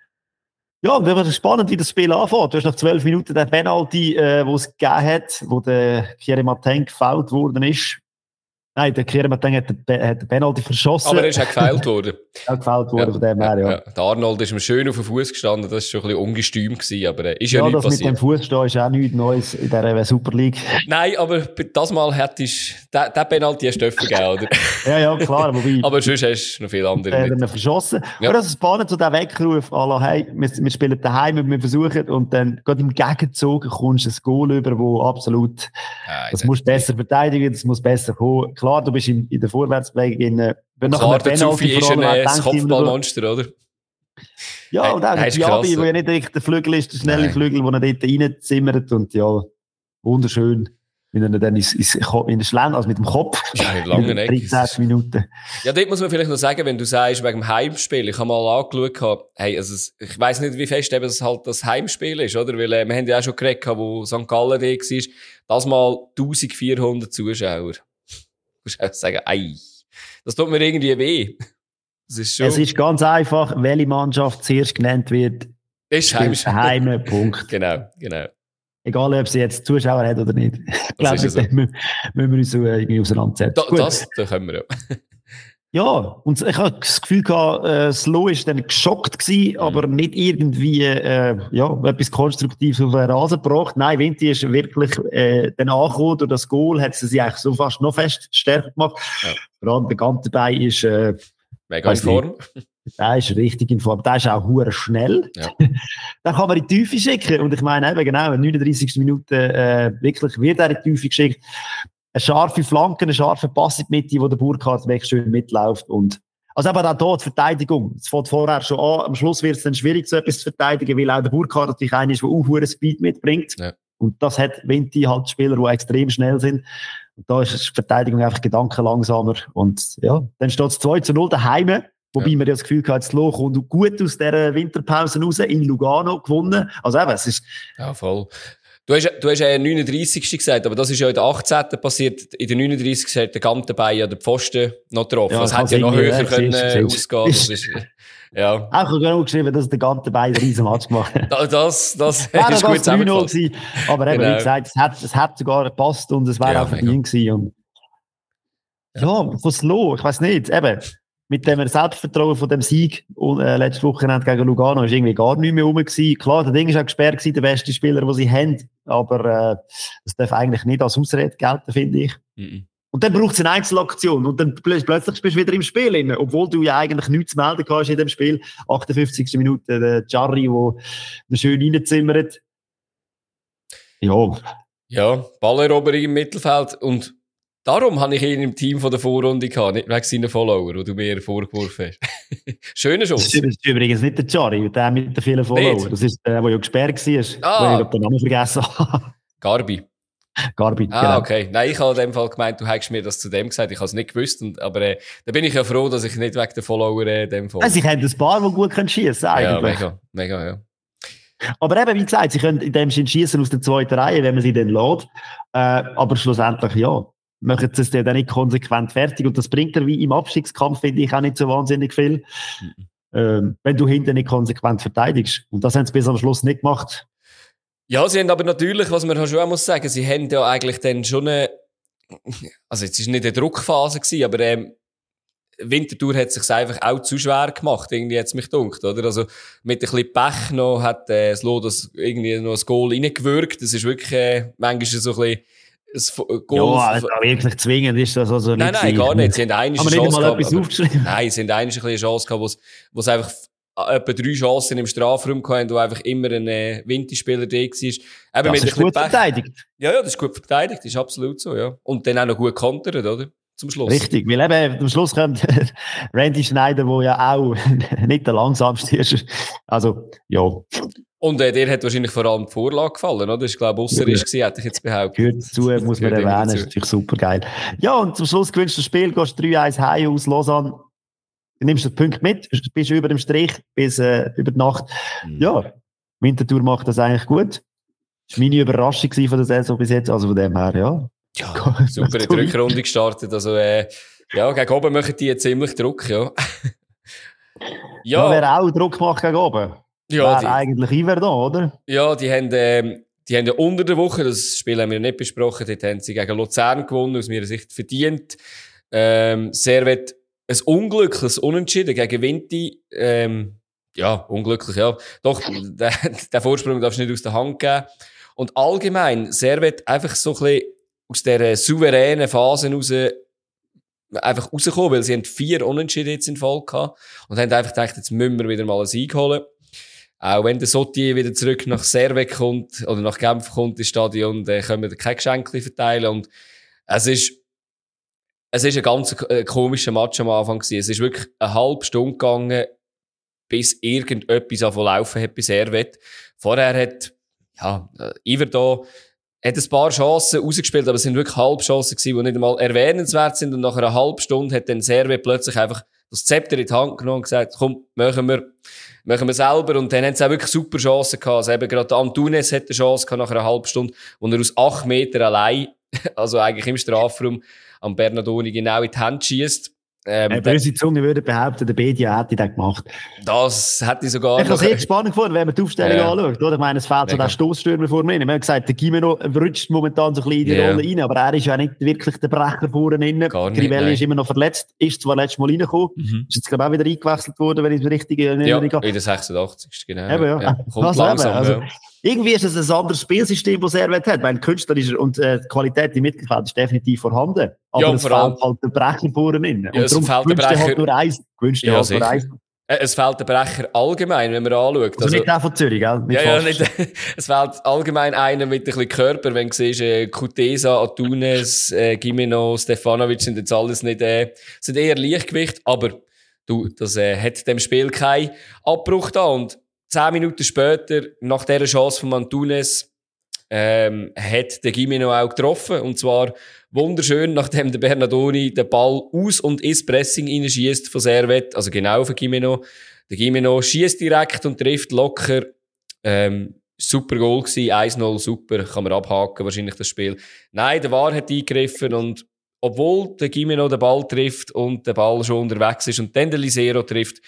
Ja, und es ist spannend, wie das Spiel anfängt. Du hast nach zwölf Minuten den Penalty, äh, wo es gegeben hat, wo der Thierry Martin gefoult worden ist. Nein, der Kiermateng hat den Penalty verschossen. Aber er ist auch gefeilt worden. Auch gefeilt worden, ja, von dem her, ja. ja. Der Arnold ist ihm schön auf den Fuß gestanden, das war schon ein bisschen ungestüm gewesen, aber äh, ist ja, ja nichts passiert. Ja, das mit dem Fuß stehen ist auch nichts Neues in dieser Super League. Nein, aber das Mal hättest du, den, den Penalty hast du gegeben, oder? Ja, ja, klar. Wobei, aber sonst hast du noch viele andere. Er hat verschossen. Ja. Aber das ist spannend, so der Weckruf, alla, hey, wir, wir spielen daheim, wir versuchen, und dann gerade im Gegenzug kommst du ein Goal über, wo absolut, ja, das musst besser verteidigen, das muss besser kommen. Klar, du bist in, in der Vorwärtsbewegung in, wenn klar, der Zufi ist ein äh, Kopfballmonster, oder? Ja, und auch der Diaby, der ja nicht richtig der Flügel ist, der schnelle Nein. Flügel, der er dort reinzimmert, und ja, wunderschön, wenn er dann ins, ins, in den Schländen, also mit dem Kopf, ja, in langen dreizehn Minuten. Ja, dort muss man vielleicht noch sagen, wenn du sagst, wegen dem Heimspiel, ich habe mal angeschaut, hey, also, ich weiss nicht, wie fest eben das halt das Heimspiel ist, oder? Weil, äh, wir haben ja auch schon geredet, wo Sankt Gallen da war, das mal eintausendvierhundert Zuschauer. Du musst auch sagen, ei, das tut mir irgendwie weh. Das ist schon... Es ist ganz einfach, welche Mannschaft zuerst genannt wird, ist Heimspiel. Heime, Punkt. Genau, genau. Egal, ob sie jetzt Zuschauer hat oder nicht. Ich glaube, mit so. dem müssen wir uns so irgendwie auseinandersetzen. Da, das, da können wir ja. Ja, und ich habe das Gefühl gehabt, äh, Slow ist dann geschockt gewesen, mhm. aber nicht irgendwie, äh, ja, etwas Konstruktives auf den Rasen gebracht. Nein, Vinti ist wirklich, äh, dann angekommen, durch das Goal hat sie sich eigentlich so fast noch fest stärker gemacht. Ja. Vor allem der Gant dabei ist, äh, mega in Form. Der ist richtig in Form. Der ist auch hure schnell. Ja. Den kann man in die Tiefe schicken. Und ich meine eben genau, in der neununddreißigsten Minute, äh, wirklich wird er in die Tiefe geschickt. Eine scharfe Flanke, eine scharfe Pass in die Mitte, wo der Burkhardt wirklich schön mitläuft. Und, also eben auch hier die Verteidigung. Es fängt vorher schon an. Am Schluss wird es dann schwierig, so etwas zu verteidigen, weil auch der Burkhardt natürlich einer ist, der auch hohen Speed mitbringt. Ja. Und das hat Vinti halt Spieler, die extrem schnell sind. Und da ist die Verteidigung einfach gedankenlangsamer. Und ja, dann steht es zwei zu null daheim. Wobei ja. man ja das Gefühl hat, das Loch kommt gut aus dieser Winterpause raus, in Lugano gewonnen. Also eben, es ist... Ja, voll. Du hast, du hast ja neununddreißigsten gesagt, aber das ist ja in der achtzehnten passiert. In der neununddreißigsten hat der Gant dabei ja den Pfosten noch getroffen. Ja, das hätte ja noch höher können äh, ausgehen. Das ist, ja. Auch genug geschrieben, dass der Gant dabei einen riesen Match gemacht hat. Das, das, das ist gut zusammengefasst. Aber eben, genau. Wie gesagt, es hat, es hat sogar gepasst und es wäre ja, auch verdient gewesen. Und ja, ja, von Slow, ich weiss nicht, eben, mit dem Selbstvertrauen von dem Sieg äh, letztes Wochenende gegen Lugano ist irgendwie gar nicht mehr rum gewesen. Klar, der Ding ist auch gesperrt gewesen, der beste Spieler, den sie haben, aber äh, das darf eigentlich nicht als Ausrede gelten, finde ich. Mhm. Und dann braucht es eine Einzelaktion und dann plötzlich bist du wieder im Spiel drin, obwohl du ja eigentlich nichts zu melden hast in dem Spiel. achtundfünfzigste Minute, der Jarry, der schön reinzimmert. Ja. Ja, Balleroberung im Mittelfeld und darum habe ich ihn im Team von der Vorrunde gehabt, nicht wegen seinen Follower, die du mir vorgeworfen hast. Schöner Schuss. Das ist übrigens nicht der Jarry, der mit den vielen Followern. Das ist der, der ja gesperrt war, ah. wo ich den Namen vergessen habe. Garbi. Garbi, ah, genau. Okay. Nein, ich habe in dem Fall gemeint, du hättest mir das zu dem gesagt, ich habe es nicht gewusst, und, aber äh, da bin ich ja froh, dass ich nicht wegen der Follower äh, in dem Fall... Also ich hätte ein paar, die gut schiessen können, eigentlich. Ja, mega, mega, ja. Aber eben, wie gesagt, sie können in dem Sinn schiessen aus der zweiten Reihe, wenn man sie dann lässt. Äh, aber schlussendlich, ja, machen sie es dann nicht konsequent fertig. Und das bringt er wie im Abstiegskampf, finde ich, auch nicht so wahnsinnig viel. Mhm. Ähm, wenn du hinten nicht konsequent verteidigst. Und das haben sie bis am Schluss nicht gemacht. Ja, sie haben aber natürlich, was man schon auch muss sagen, sie haben ja eigentlich dann schon eine, also jetzt ist nicht eine Druckphase gewesen, aber, ähm, Winterthur hat sich's einfach auch zu schwer gemacht, irgendwie hat's mich gedacht, oder? Also, mit ein bisschen Pech noch hat, äh, das Lodos irgendwie noch ein Goal reingewirkt. Das ist wirklich, äh, manchmal so ein bisschen, ein Goal. Ja, also wirklich zwingend ist das also nicht. Nein, nein, gar nicht. Sie haben eine Chance gehabt. Haben wir nicht mal etwas aufgeschrieben? Nein, sie haben eine Chance gehabt, wo's, wo's einfach, etwa drei Chancen im Strafraum hatten, wo einfach immer ein äh, Winterspieler da war. Eben das mit ist gut Pech. Verteidigt. Ja, ja, das ist gut verteidigt, das ist absolut so, ja. Und dann auch noch gut kontert, oder? Zum Schluss. Richtig, weil eben am Schluss kommt Randy Schneider, der ja auch nicht der langsamste ist. Also, ja. Und äh, dir hat wahrscheinlich vor allem die Vorlage gefallen, oder? Das war, glaube ich, Ausserisch gewesen, hätte ich jetzt behauptet. Gehört dazu, muss man erwähnen, das ist natürlich super geil. Ja, und zum Schluss gewinnst du das Spiel, gehst drei eins heim aus Lausanne. Du nimmst den Punkt mit, bist über dem Strich bis äh, über die Nacht. Mhm. Ja, Winterthur macht das eigentlich gut. Das war meine Überraschung von der Saison bis jetzt, also von dem her, ja. Ja, super in die Rückrunde gestartet. Also, äh, ja, gegen oben machen die jetzt ziemlich Druck, ja. ja. ja wer auch Druck macht gegen oben, ja, wäre die, eigentlich Iver da, oder? Ja, die haben, ähm, die haben ja unter der Woche, das Spiel haben wir nicht besprochen, dort haben sie gegen Luzern gewonnen, aus meiner Sicht verdient. Ähm, Servet ein unglückliches Unentschieden gegen Vinti, ähm, ja, unglücklich, ja. Doch, den, den Vorsprung darfst du nicht aus der Hand geben. Und allgemein, Servet einfach so ein bisschen aus dieser souveränen Phase raus, einfach rausgekommen, weil sie haben vier Unentschieden jetzt in Folge gehabt und haben einfach gedacht, jetzt müssen wir wieder mal einen Sieg holen. Auch wenn der Sotti wieder zurück nach Servet kommt, oder nach Genf kommt ins Stadion, dann können wir kein Geschenk verteilen und es ist, es ist ein ganz äh, komischer Match am Anfang gewesen. Es ist wirklich eine halbe Stunde gegangen, bis irgendetwas angefangen laufen hat bei Servet. Vorher hat, ja, Iver da, hat ein paar Chancen rausgespielt, aber es sind wirklich Halbchancen gewesen, die nicht einmal erwähnenswert sind. Und nach einer halben Stunde hat dann Servet plötzlich einfach das Zepter in die Hand genommen und gesagt, komm, machen wir, machen wir selber. Und dann haben sie auch wirklich super Chancen gehabt. Also eben gerade Antunes hat eine Chance gehabt nach einer halben Stunde, wo er aus acht Metern allein, also eigentlich im Strafraum, am Bernardoni genau in die Hand schießt. Ähm, äh, böse Zunge würde behaupten, der Bedia hätte das gemacht. Das hätte ich sogar. Ich habe es jetzt spannend gefunden, wenn man die Aufstellung ja. anschaut. Oder? Ich meine, es fehlt so der Stossstürmer vor mir. Wir haben gesagt, der Gimeno rutscht momentan so ein bisschen in die ja. Rolle rein, aber er ist ja nicht wirklich der Brecher vorne drin. Crivelli ist immer noch verletzt, ist zwar letztes Mal reingekommen, mhm. ist jetzt glaube ich auch wieder eingewechselt worden, wenn ich es richtig in Erinnerung habe. Ja, in der sechsundachtzigsten Genau. Eben, ja. Ja. Kommt also, langsam, also, ja. Irgendwie ist es ein anderes Spielsystem, das Servet hat, weil Künstler ist und äh, die Qualität im Mittelfeld ist definitiv vorhanden. Aber ja, es fehlt halt der Brecher vorne rein. Ja, und darum gewünscht er halt nur eins. Gewünscht ja, halt nur eins. Es fehlt der Brecher allgemein, wenn man anschaut. Also, also nicht der von Zürich, gell? Nicht ja, ja, nicht, es fehlt allgemein einer mit ein bisschen Körper, wenn du siehst, äh, Kutesa, Antunes, äh, Gimeno, Stefanovic sind jetzt alles nicht, äh, sind eher Leichtgewicht, aber du, das äh, hat dem Spiel keinen Abbruch da. Und zehn Minuten später, nach dieser Chance von Antunes, ähm, hat der Gimeno auch getroffen. Und zwar wunderschön, nachdem der Bernardoni den Ball aus und ins Pressing reinschießt von Servet, also genau von Gimeno. Der Gimeno schießt direkt und trifft locker. Ähm, super Goal gewesen, eins null, super, kann man abhaken, wahrscheinlich das Spiel. Nein, der V A R hat eingegriffen und obwohl der Gimeno den Ball trifft und der Ball schon unterwegs ist und dann der Lisero trifft,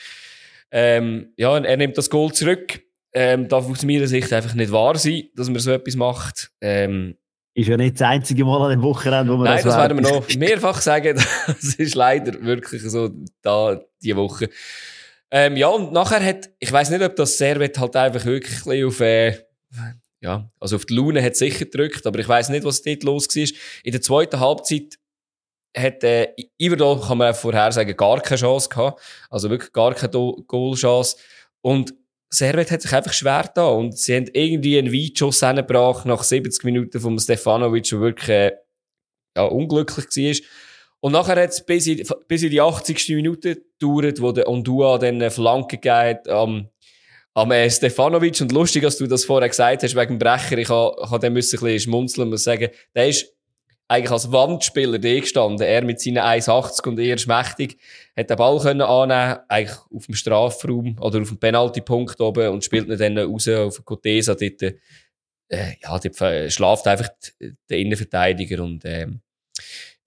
ähm, ja, er nimmt das Goal zurück. Ähm, darf aus meiner Sicht einfach nicht wahr sein, dass man so etwas macht. Ähm, ist ja nicht das einzige Mal an dem Wochenende, wo man Nein, das das werden wir noch mehrfach sagen. Das ist leider wirklich so da, die Woche. Ähm, ja, und nachher hat, ich weiss nicht, ob das Servet halt einfach wirklich ein bisschen auf, äh, ja, also auf die Laune hat sicher gedrückt, aber ich weiss nicht, was dort los war. In der zweiten Halbzeit hat, äh, Iverdon, kann man vorher sagen, gar keine Chance gehabt. Also wirklich gar keine Goalchance. Und Servet hat sich einfach schwer getan. Und sie haben irgendwie einen Weitschuss hingebracht nach siebzig Minuten vom Stefanovic, der wirklich, äh, ja, unglücklich war. Und nachher hat es bis in, bis in die achtzigste Minute gedauert, wo der Ondua dann eine Flanke gegeben hat am, am äh, Stefanovic. Und lustig, dass du das vorher gesagt hast, wegen dem Brecher. Ich habe hab dem müssen ein bisschen schmunzeln und sagen, der ist eigentlich als Wandspieler da gestanden. Er mit seinen eins achtzig und eher schmächtig hat den Ball können annehmen, eigentlich auf dem Strafraum oder auf dem Penaltypunkt oben und spielt ihn dann raus auf Kutesa. Dort, äh, ja, dort schlaft einfach der Innenverteidiger und, ähm,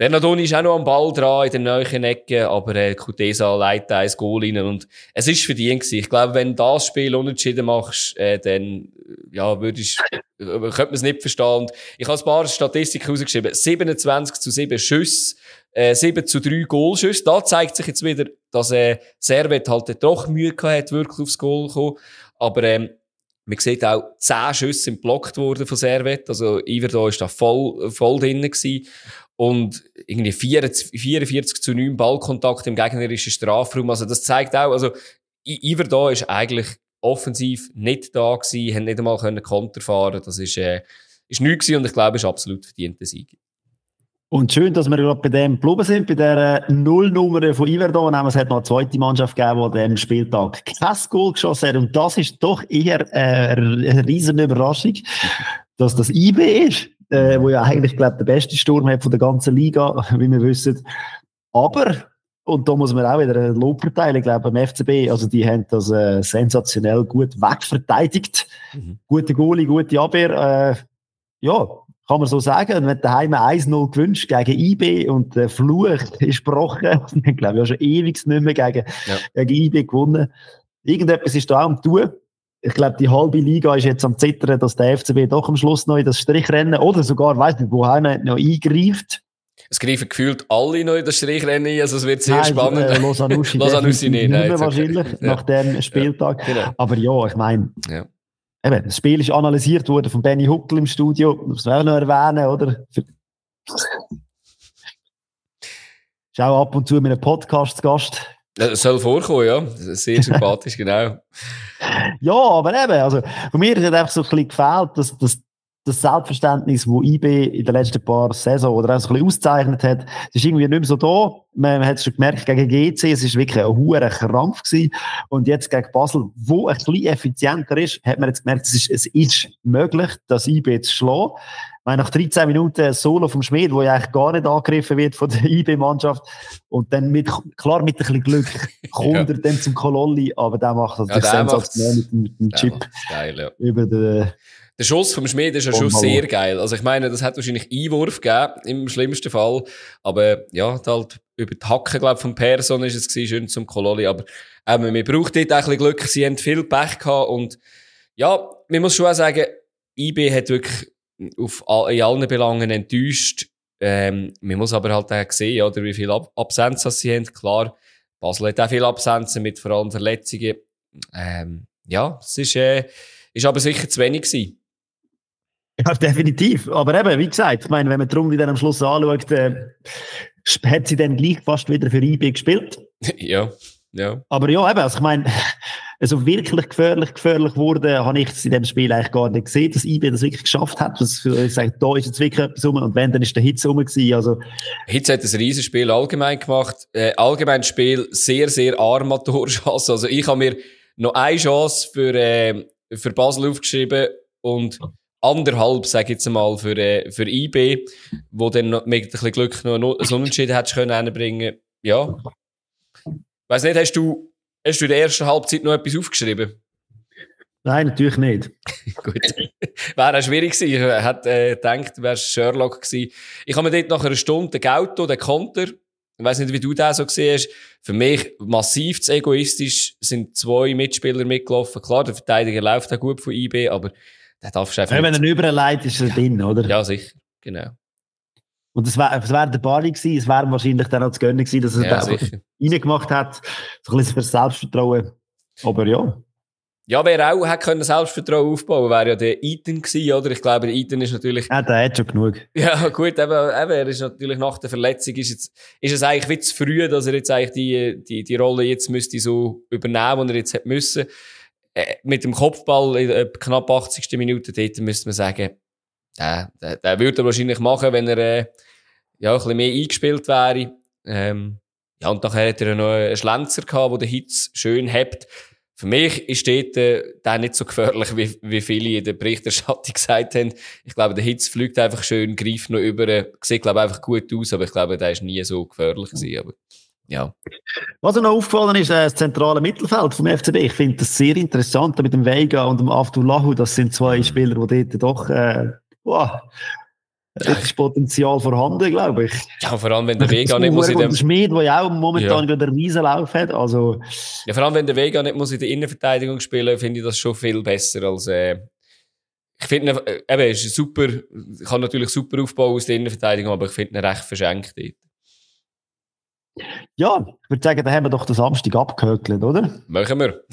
Bernardoni ist auch noch am Ball dran in den neuen Ecken, aber äh, Kutesa leitet ein Goal rein und es ist verdient gewesen. Ich glaube, wenn du das Spiel unentschieden machst, äh, dann ja, würdest, äh, könnte man es nicht verstehen. Und ich habe ein paar Statistiken rausgeschrieben. siebenundzwanzig zu sieben Schüsse, äh, sieben zu drei Goalschüsse. Da zeigt sich jetzt wieder, dass äh, Servet halt doch Mühe gehabt hat, wirklich aufs Goal zu kommen. Aber ähm, man sieht auch, zehn Schüsse sind geblockt worden von Servet. Also Iverdon ist da voll, voll drinnen gewesen. Und irgendwie vierundvierzig zu neun Ballkontakt im gegnerischen Strafraum. Also das zeigt auch, also Iverdon ist eigentlich offensiv nicht da gewesen, haben nicht einmal können Konter fahren. Das ist, äh, ist nichts gewesen und ich glaube, es ist absolut verdienter Sieg. Und schön, dass wir gerade bei dem geblieben sind, bei der Nullnummer von Iverdon. Es hat noch eine zweite Mannschaft gegeben, die an diesem Spieltag kein Goal geschossen hat. Und das ist doch eher äh, eine riesen Überraschung, dass das I B ist. Äh, wo ja eigentlich, glaube der beste Sturm hat von der ganzen Liga, wie wir wissen. Aber, und da muss man auch wieder ein Lob verteilen, glaube ich, beim F C B, also die haben das äh, sensationell gut wegverteidigt. Mhm. Gute Goalie, gute Abwehr, äh, ja, kann man so sagen. Und wenn du daheim eins null gewünscht gegen I B und der Fluch ist gebrochen, dann glaube ich auch schon ewig nicht mehr gegen, ja. gegen I B gewonnen. Irgendetwas ist da auch am tun. Ich glaube, die halbe Liga ist jetzt am Zittern, dass der F C B doch am Schluss noch in das Strichrennen oder sogar, weiss nicht, woher noch eingreift. Es greifen gefühlt alle noch in das Strichrennen ein, also es wird sehr nein, spannend. Äh, Losanussi Losanussi nicht, nein, nicht wahrscheinlich, okay. Ja. Nach dem Spieltag. Ja, genau. Aber ja, ich meine, ja. Eben, das Spiel ist analysiert worden von Benny Huckel im Studio, das muss man auch noch erwähnen, oder? Ist auch ab und zu mit einem Podcast zu Gast. Das soll vorkommen, ja. Sehr sympathisch, genau. Ja, aber eben, also, von mir hat einfach so ein bisschen gefehlt, dass, dass das Selbstverständnis, das I B in den letzten paar Saison oder auch so ein bisschen ausgezeichnet hat, es ist irgendwie nicht mehr so da. Man, man hat es schon gemerkt gegen G C, es ist wirklich ein hoher Krampf gewesen. Und jetzt gegen Basel, wo ein bisschen effizienter ist, hat man jetzt gemerkt, es ist, es ist möglich, das I B zu schlagen. Ich meine, nach dreizehn Minuten ein Solo vom Schmid, wo ja eigentlich gar nicht angegriffen wird von der I B-Mannschaft. Und dann mit, klar mit ein bisschen Glück, kommt ja. er dann zum Kololli, aber der macht das ja, sensationell mit, mit dem Chip geil, ja. über den... Der Schuss vom Schmid ist ja schon sehr geil. Also ich meine, das hat wahrscheinlich Einwurf gegeben, im schlimmsten Fall. Aber ja, halt über die Hacke, glaube ich, vom Persson ist es gewesen, schön zum Kololli. Aber äh, man braucht dort ein bisschen Glück. Sie haben viel Pech gehabt. Und ja, man muss schon auch sagen, I B hat wirklich auf, in allen Belangen enttäuscht. Ähm, man muss aber halt auch sehen, oder, wie viele Ab- Absenzen sie haben. Klar, Basel hat auch viele Absenzen mit vor allem Verletzungen. Ähm, ja, es ist, äh, ist aber sicher zu wenig gewesen. Ja, definitiv. Aber eben, wie gesagt, ich meine, wenn man die Runde dann am Schluss anschaut, äh, hat sie dann gleich fast wieder für I B gespielt. Ja, ja. Aber ja, eben, also ich meine, also wirklich gefährlich, gefährlich wurde, habe ich in dem Spiel eigentlich gar nicht gesehen, dass I B das wirklich geschafft hat. Das, ich sage, da ist jetzt wirklich etwas rum und wenn, dann ist der Hitz rum gewesen. Also. Hitz hat ein Riesenspiel allgemein gemacht. Äh, allgemein Spiel sehr, sehr arm an Torchance. Also ich habe mir noch eine Chance für, äh, für Basel aufgeschrieben und anderthalb, sag ich jetzt mal, für, äh, für I B, wo dann noch, mit ein bisschen Glück noch ein Unentschieden hättest können reinbringen. Ja. Weiss nicht, hast du, hast du in der ersten Halbzeit noch etwas aufgeschrieben? Nein, natürlich nicht. Gut. Wäre auch schwierig gewesen. Ich hätte äh, gedacht, du wärst Sherlock gewesen. Ich habe mir dort nach einer Stunde den Gauto, den Konter, ich weiss nicht, wie du das so gesehen hast, für mich massiv zu egoistisch, sind zwei Mitspieler mitgelaufen. Klar, der Verteidiger läuft auch gut von I B, aber der darfst du einfach ja, wenn er überleitet, ist er ja. drin, oder? Ja, sicher. Genau. Und es wäre wär der Bali gewesen, es wäre wahrscheinlich dann auch zu gönnen gewesen, dass er ja, da reingemacht hat. So ein bisschen für Selbstvertrauen. Aber ja. Ja, wer auch hätte können Selbstvertrauen aufbauen, wäre ja der Eaton gewesen, oder? Ich glaube, der Eaton ist natürlich... Ja, der hat schon genug. Ja, gut, eben, eben, er ist natürlich nach der Verletzung, ist jetzt, ist es eigentlich wie zu früh, dass er jetzt eigentlich die, die, die Rolle jetzt müsste so übernehmen, die er jetzt hätte müssen. Äh, mit dem Kopfball in äh, knapp achtzigsten Minute dort müsste man sagen, äh, der, der würde er wahrscheinlich machen, wenn er, äh, ja, ein bisschen mehr eingespielt wäre. Ähm, ja, und nachher hat er noch einen Schlenzer gehabt, der den Hitz schön hebt. Für mich ist dort, äh, der nicht so gefährlich, wie, wie viele in der Berichterstattung gesagt haben. Ich glaube, der Hitz fliegt einfach schön, greift noch über, äh, sieht, glaube ich, einfach gut aus, aber ich glaube, der ist nie so gefährlich gewesen, aber, ja. Was mir noch aufgefallen ist, äh, das zentrale Mittelfeld vom F C B. Ich finde das sehr interessant mit dem Veiga und dem Abdullahu. Das sind zwei Spieler, die dort doch, äh, wow, Da ist Potenzial vorhanden, glaube ich. Ja, vor allem, wenn der Vega nicht muss in dem... Der Schmied, der ja auch momentan ja. gerade einen Riesenlauf hat, also... Ja, vor allem, wenn der Vega nicht muss in der Innenverteidigung spielen, finde ich das schon viel besser als... Äh, ich finde ihn, äh, eben, ist super, kann natürlich super aufbauen aus der Innenverteidigung, aber ich finde ihn recht verschenkt dort. Ja, ich würde sagen, da haben wir doch den Samstag abgehökelt, oder? Machen wir.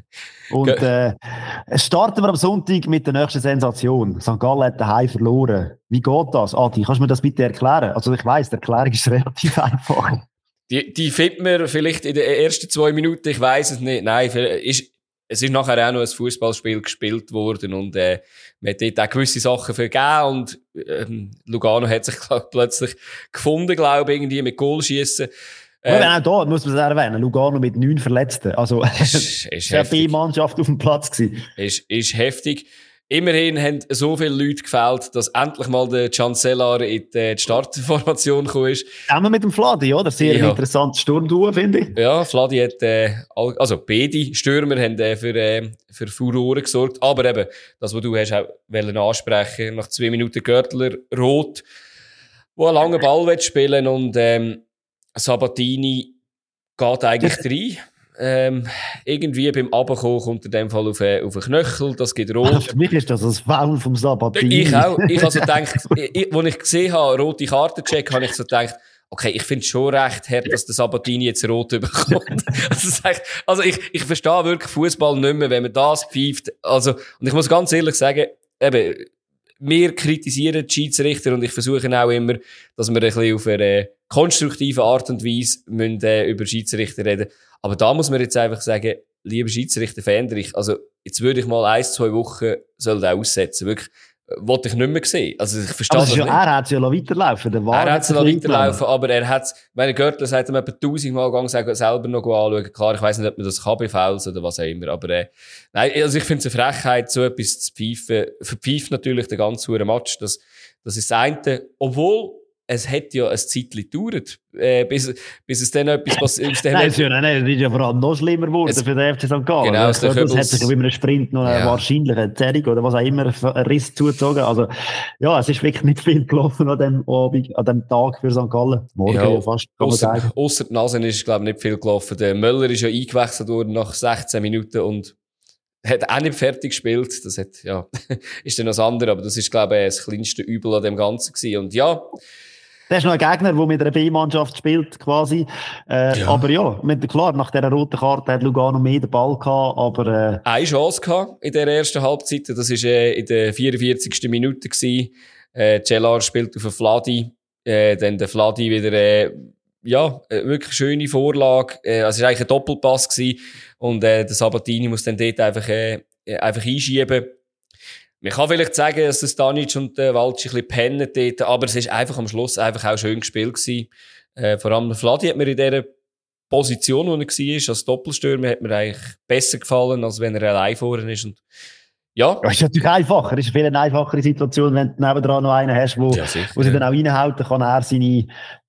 Und äh, starten wir am Sonntag mit der nächsten Sensation. Sankt Gallen hat daheim verloren. Wie geht das? Adi, kannst du mir das bitte erklären? Also ich weiss, die Erklärung ist relativ einfach. Die, die findet man vielleicht in den ersten zwei Minuten, ich weiss es nicht. Nein, ist, es ist nachher auch noch ein Fußballspiel gespielt worden und äh, man hat dort auch gewisse Sachen vergeben und ähm, Lugano hat sich glaub, plötzlich gefunden, glaube ich, irgendwie mit Goalschiessen. Ähm, auch da muss man es erwähnen, Lugano mit neun Verletzten. Also, ist, ist eine B-Mannschaft auf dem Platz gewesen. Ist, ist heftig. Immerhin haben so viele Leute gefehlt, dass endlich mal der Cancellar in die Startformation gekommen ist. Zusammen mit dem Fladi, oder? Sehr ja. interessantes Sturmduo, finde ich. Ja, Fladi hat, äh, also beide Stürmer haben äh, für, äh, für Furore gesorgt. Aber eben, das, was du hast auch wollen ansprechen, nach zwei Minuten Görtler rot, wo einen langen Ball spielen will und ähm, Sabatini geht eigentlich rein. Ähm, irgendwie beim Abkommen kommt er in dem Fall auf, äh, auf einen Knöchel, das geht rot. Also für mich ist das ein Foul vom Sabatini. Ich auch. Ich habe so gedacht, ich, als ich gesehen habe, rote Karte check, habe ich so gedacht, okay, ich finde es schon recht hart, dass der Sabatini jetzt rot bekommt. also, also ich, ich verstehe wirklich Fußball nicht mehr, wenn man das pfeift. Also, und ich muss ganz ehrlich sagen, eben, wir kritisieren die Schiedsrichter und ich versuche auch immer, dass wir ein bisschen auf eine konstruktive Art und Weise müssen, äh, über Schiedsrichter reden. Aber da muss man jetzt einfach sagen, lieber Schiedsrichter, verändere ich. Also, jetzt würde ich mal ein, zwei Wochen soll der aussetzen. Wirklich, äh, wollte ich nicht mehr sehen. Also, ich verstehe das nicht. Er hat es ja weiterlaufen. Der er hat es ja weiterlaufen, aber er hat es, meine Görtler sagt ihm etwa tausendmal gegangen, sagen, selber noch anschauen. Klar, ich weiss nicht, ob man das kann bei Fouls oder was auch immer, aber, äh, nein, also ich finde es eine Frechheit, so etwas zu pfeifen. Verpfeift natürlich den ganzen Match. Das, das ist das eine. Obwohl, es hat ja ein Zeitchen gedauert, äh, bis, bis es dann etwas passiert. Nein, es ist ja, nein, es ist ja vor allem noch schlimmer geworden für den F C Sankt Gallen. Genau, es hat sich über einen Sprint noch ja. wahrscheinlich eine Zerrung oder was auch immer, einen Riss zugezogen. Also, ja, es ist wirklich nicht viel gelaufen an dem Abend, an dem Tag für Sankt Gallen. Morgen ja, ja fast, kann ausser, man sagen. Ausser die Nase ist, glaube ich, nicht viel gelaufen. Der Möller ist ja eingewechselt worden nach sechzehn Minuten und hat auch nicht fertig gespielt. Das hat, ja, ist dann das andere, aber das ist, glaube ich, das kleinste Übel an dem Ganzen gewesen. Und ja, das ist noch ein Gegner, der mit einer B-Mannschaft spielt, quasi. Äh, ja. Aber ja, mit, klar, nach dieser roten Karte hat Lugano mehr den Ball gehabt, aber... Äh, eine Chance gehabt in der ersten Halbzeit. Das war äh, in der vierundvierzigsten Minute gewesen. Äh, Cellar spielt auf den Fladi. Äh, dann der Fladi wieder, äh, ja, wirklich schöne Vorlage. Äh, also es war eigentlich ein Doppelpass gewesen. Und äh, der Sabatini muss dann dort einfach, äh, einfach einschieben. Man kann vielleicht sagen, dass der Stanic und der Walci ein bisschen pennen dort, aber es ist einfach am Schluss einfach auch schön gespielt gewesen. Äh, vor allem der Fladi hat mir in dieser Position, wo er war, als Doppelstürmer, hat mir eigentlich besser gefallen, als wenn er allein vorne ist. Und ja. Das ist natürlich einfacher. Es ist eine viel einfachere Situation, wenn du nebendran noch einen hast, wo, ja, sicher, wo sie ja. dann auch reinhaut, dann kann er seine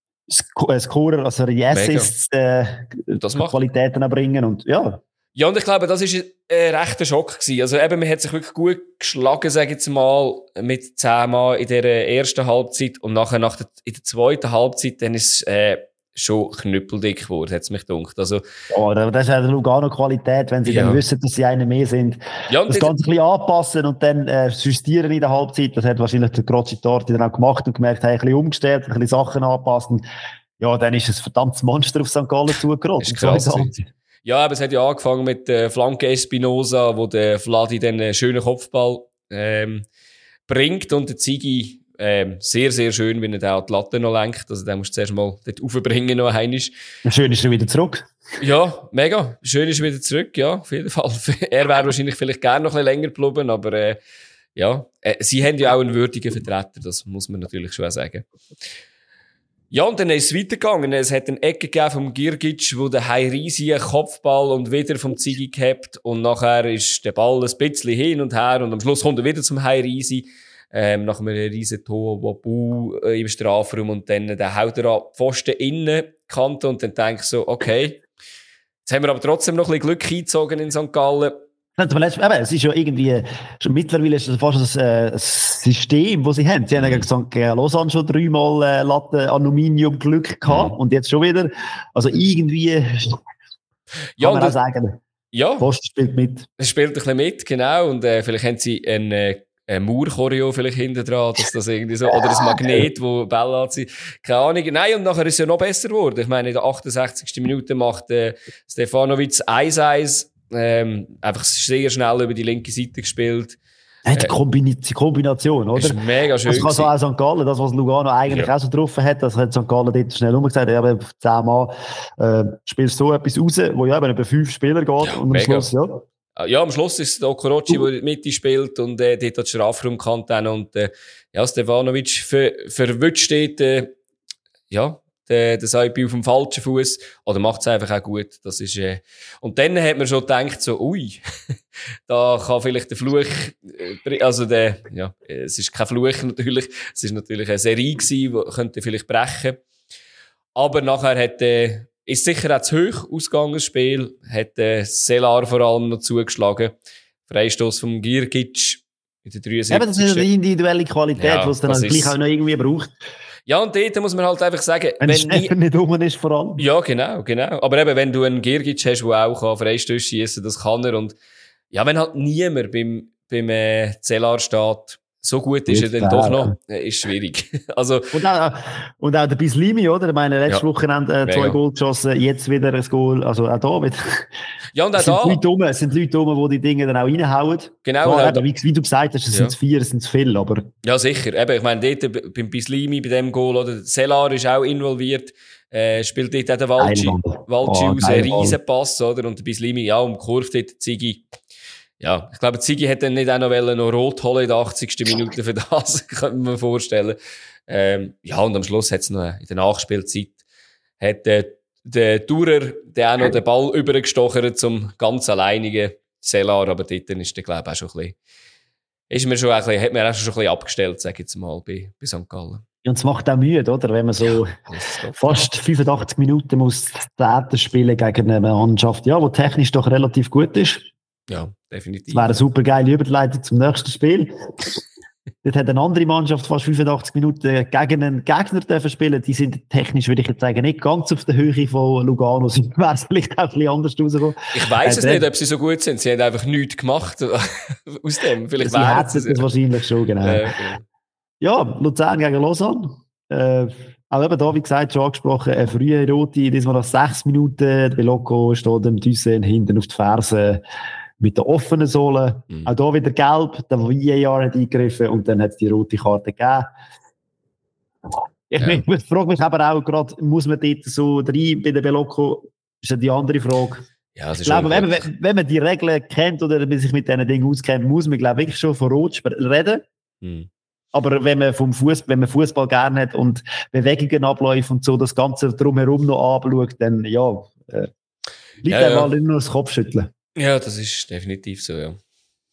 Scorer, also die Assists, äh, Qualitäten bringen und ja. Ja, und ich glaube, das war ein rechter Schock gewesen. Also eben, man hat sich wirklich gut geschlagen, sage ich jetzt mal, mit zehn Mann in der ersten Halbzeit und nachher nach der, in der zweiten Halbzeit, dann ist es äh, schon knüppeldick geworden, hat es mich gedacht. Also, ja, das ist ja Lugano-Qualität, wenn sie ja. dann wissen, dass sie eine mehr sind. Ja, das Ganze ein bisschen anpassen und dann äh, justieren in der Halbzeit. Das hat wahrscheinlich der Crocitorti dann auch gemacht und gemerkt, hey, ein bisschen umgestellt, ein bisschen Sachen anpassen. Ja, dann ist ein verdammtes Monster auf Sankt Gallen zugerollt. Ja, aber es hat ja angefangen mit der Flanke Espinosa, wo der Vladi dann einen schönen Kopfball ähm, bringt und der Ziggy ähm, sehr, sehr schön, wenn er da die Latte noch lenkt. Also den musst du zuerst mal dort raufbringen noch einmal. Schön ist er wieder zurück. Ja, mega. Schön ist er wieder zurück, ja, auf jeden Fall. Er wäre wahrscheinlich vielleicht gerne noch ein bisschen länger geblieben, aber äh, ja, äh, sie haben ja auch einen würdigen Vertreter, das muss man natürlich schon sagen. Ja, und dann ist es weitergegangen. Es hat eine Ecke gegeben vom Girgic, wo der Hayrisi einen Kopfball und wieder vom Ziggy gehabt. Und nachher ist der Ball ein bisschen hin und her. Und am Schluss kommt er wieder zum Hayrisi. Ähm, nach einem riesen Tohuwabohu äh, im Strafraum. Und dann, der haut er an Pfosten innen, Kante. Und dann denke ich so, okay. Jetzt haben wir aber trotzdem noch ein bisschen Glück eingezogen in Sankt Gallen. Es ist ja irgendwie, schon mittlerweile ist das fast ein, äh, ein System, das sie haben. Sie haben ja gesagt, Lausanne schon dreimal äh, Latte Aluminium Glück gehabt, mhm. und jetzt schon wieder. Also irgendwie ja, kann man auch das, sagen, ja, Post spielt mit. Es spielt ein bisschen mit, genau. Und äh, vielleicht haben sie ein äh, ein Mauer-Choreo vielleicht hinten dran, dass das irgendwie so, oder ein Magnet, wo Bälle anzieht. Keine Ahnung. Nein, und nachher ist es ja noch besser geworden. Ich meine, in der achtundsechzigsten Minute macht äh, Stefanovic eins eins, ähm, einfach sehr schnell über die linke Seite gespielt. Ja, die, Kombin- die Kombination, oder? Ist mega schön. Das kann so auch Sankt Gallen, das, was Lugano eigentlich ja. auch so getroffen hat, das hat Sankt Gallen dort schnell umgesagt, ja, aber zehnmal äh, spielst du so etwas raus, wo ja eben über fünf Spieler geht, ja, und am mega. Schluss, ja. Ja, am Schluss ist es Okorochi, der uh. in der Mitte spielt, und äh, dort hat die Strafraumkante, und äh, ja, Stefanovic ver- verwünscht dort, äh, ja, der, der Saipi auf dem falschen Fuß, oder macht es einfach auch gut. Das ist, äh, und dann hat man schon gedacht, so, ui, da kann vielleicht der Fluch, äh, also der, ja, es ist kein Fluch natürlich, es ist natürlich eine Serie gewesen, die könnte vielleicht brechen. Aber nachher hat, äh, ist sicher auch zu hoch ausgegangen, das Spiel, hat äh, Selar vor allem noch zugeschlagen. Freistoß vom Girgic in der dreiundsiebzigsten Ja, das ist eine individuelle Qualität, ja, die es dann gleich auch noch irgendwie braucht. Ja, und dort muss man halt einfach sagen, wenn, wenn Steffen nicht rum ist, vor allem. Ja, genau, genau. Aber eben, wenn du einen Girgic hast, der auch Freistöße schiessen kann, das kann er. Und ja, wenn halt niemand beim, beim äh, Selar steht, so gut ist er dann doch noch, äh, ist schwierig. Also, und, auch, und auch der Bislimi, oder? Ich meine, letztes ja, Wochenende äh, zwei Goal geschossen, jetzt wieder ein Goal, also auch da wieder. Ja, und auch es sind da. Leute dumm, es sind Leute dumm, die die Dinge dann auch reinhauen. Genau. Klar, eben, wie, wie du gesagt hast, es ja. sind vier, es sind zu viel, aber. Ja, sicher. Eben, ich meine, dort beim Bislimi, bei dem Goal, oder? Selar ist auch involviert, äh, spielt dort auch der Walci, Walci oh, aus, ein Riesenpass, oder? Und der Bislimi, ja, um die Kurve dort, Ziggy. Ja, ich glaube, Ziggy hätte dann nicht auch noch, noch rot holen in der achtzigsten Minute für das, kann man mir vorstellen. Ähm, ja, und am Schluss hat es noch in der Nachspielzeit, hat äh, der Durer, der auch noch den Ball übergestochert zum ganz alleinigen Selar, aber dort ist der, glaube ich, auch schon ein bisschen, ist mir schon ein bisschen, hat mir auch schon ein bisschen abgestellt, sage ich jetzt mal, bei, bei Sankt Gallen. Und es macht auch müde, oder? Wenn man so ja, fast fünfundachtzig Minuten muss Zehnten spielen gegen eine Mannschaft, ja, die technisch doch relativ gut ist. Ja, definitiv. Das wäre eine super geile Überleitung zum nächsten Spiel. Dort hat eine andere Mannschaft fast fünfundachtzig Minuten gegen einen Gegner dürfen spielen. Die sind technisch, würde ich jetzt sagen, nicht ganz auf der Höhe von Lugano. Sie wären vielleicht auch ein bisschen anders rausgekommen. Ich weiss äh, es nicht, ob sie so gut sind. Sie haben einfach nichts gemacht aus dem. Vielleicht sie hätten es das wahrscheinlich schon, genau. Äh, okay. Ja, Luzern gegen Lausanne. Äh, auch eben da, wie gesagt, schon angesprochen, eine frühe Rote, diesmal nach sechs Minuten. Belocco steht dem Thyssen hinten auf die Ferse mit der offenen Sohle. Mhm. Auch da wieder gelb, der V A R hat eingegriffen und dann hat es die rote Karte gegeben. Ich, ja. ich frage mich aber auch gerade, muss man dort so rein bei der Belocco? Ist ja die andere Frage. Ja, ich glaube, wenn, wenn, wenn man die Regeln kennt oder sich mit diesen Dingen auskennt, muss man, glaube ich, wirklich schon von Rot reden. Mhm. Aber wenn man vom Fuß, wenn man Fußball gerne hat und Bewegungen abläuft und so das Ganze drumherum noch anschaut, dann ja, äh, bleibt ja, ja. einmal nur das Kopfschütteln. Ja, das ist definitiv so, ja.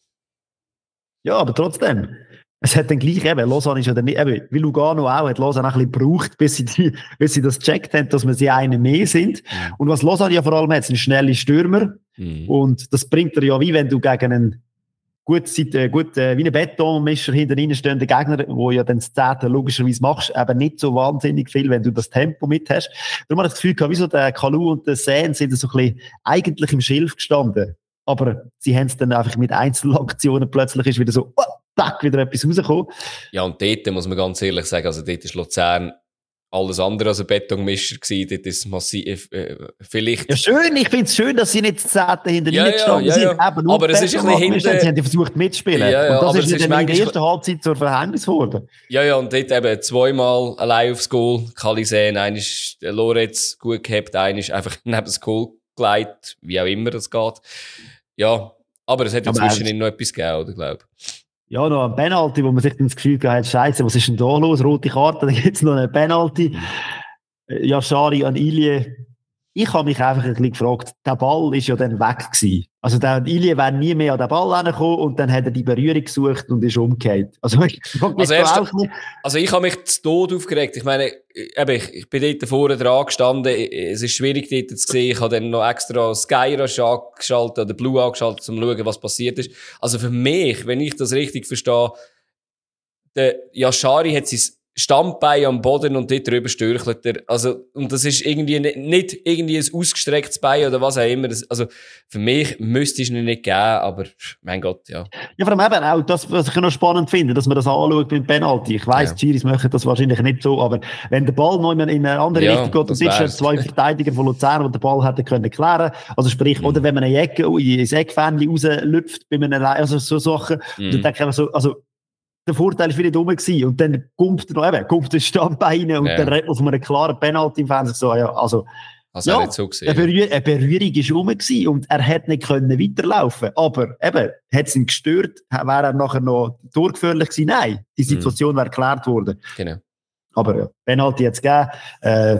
Ja, aber trotzdem, es hat dann gleich eben, Lausanne ist ja dann nicht, eben, wie Lugano auch, hat Lausanne auch ein bisschen gebraucht, bis sie, die, bis sie das gecheckt haben, dass wir sie eine mehr sind. Mhm. Und was Lausanne ja vor allem hat, sind schnelle Stürmer. Mhm. Und das bringt dir ja wie, wenn du gegen einen gut, äh, gut äh, wie ein Betonmischer hinter ihnen stehenden Gegner, wo ja dann das Zehnte logischerweise machst, aber nicht so wahnsinnig viel, wenn du das Tempo mit hast. Darum habe ich das Gefühl gehabt, wieso der Kalu und der Sen sind so ein bisschen eigentlich im Schilf gestanden. Aber sie haben es dann einfach mit Einzelaktionen plötzlich ist wieder so, oh, tack, wieder etwas rausgekommen. Ja, und dort muss man ganz ehrlich sagen, also dort ist Luzern alles andere als ein Betonmischer gewesen. Dort ist massiv, äh, vielleicht... Ja, schön. Ich finde es schön, dass sie nicht das Zehnte hinter ja, ihnen gestanden ja, ja, sind. Eben, aber es ist ein bisschen hinter... Sie haben ja versucht mitzuspielen. Ja, ja, und das aber ist, ist in der ersten Halbzeit zur Verhängnis geworden. Ja, ja, und dort eben zweimal allein aufs Goal. Kalisen, einer ist Loretz gut gehabt, einer ist einfach neben das Goal geleitet, wie auch immer das geht. Ja, aber es hat ja zwischendrin noch etwas gegeben, oder, glaube ich. Ja, noch ein Penalty, wo man sich dann das Gefühl hat, Scheiße, was ist denn da los? Rote Karte, dann gibt es noch eine Penalty. Yashari an Ilie ich habe mich einfach ein bisschen gefragt, der Ball ist ja dann weg gewesen. Also der Ilie wäre nie mehr an den Ball rangekommen und dann hat er die Berührung gesucht und ist umgekehrt. Also, ich also, erst, auch nicht. Also ich habe mich zu Tod aufgeregt. Ich meine, eben, ich, ich bin dort vorne dran gestanden. Es ist schwierig dort zu sehen. Ich habe dann noch extra Sky angeschaltet oder Blue angeschaltet, um zu schauen, was passiert ist. Also für mich, wenn ich das richtig verstehe, der Yashari hat sein Standbein am Boden und dort drüber stürchelt er. Also, und das ist irgendwie nicht, nicht irgendwie ein ausgestrecktes Bein oder was auch immer. Das, also, für mich müsste es ihn nicht geben, aber, mein Gott, ja. Ja, vor allem eben auch das, was ich noch spannend finde, dass man das anschaut beim Penalty. Ich weiss, ja. Die Giris machen das wahrscheinlich nicht so, aber wenn der Ball noch in eine andere ja, Richtung geht, und sind schon zwei Verteidiger von Luzern, die den Ball hätten können klären. Also, sprich, mhm. oder wenn man eine Ecke, ins Eckfähnchen rauslüpft, bei einem, also so Sachen, mhm. und dann denke ich einfach so, also, der Vorteil war wieder dumm gewesen. Und dann kommt er noch eben, kommt der Standbein rein und ja. dann redet man von einem klaren Penalty im Fernsehen. So, ja, also, also ja, nicht so gesehen, eine, Berühr eine Berührung war rum gewesen und er hätte nicht können weiterlaufen. Aber eben, hat es ihn gestört, wäre er nachher noch durchgefährlich gewesen? Nein, die Situation mhm. wäre geklärt worden. Genau. Aber ja, Penalty hat es gegeben. Äh,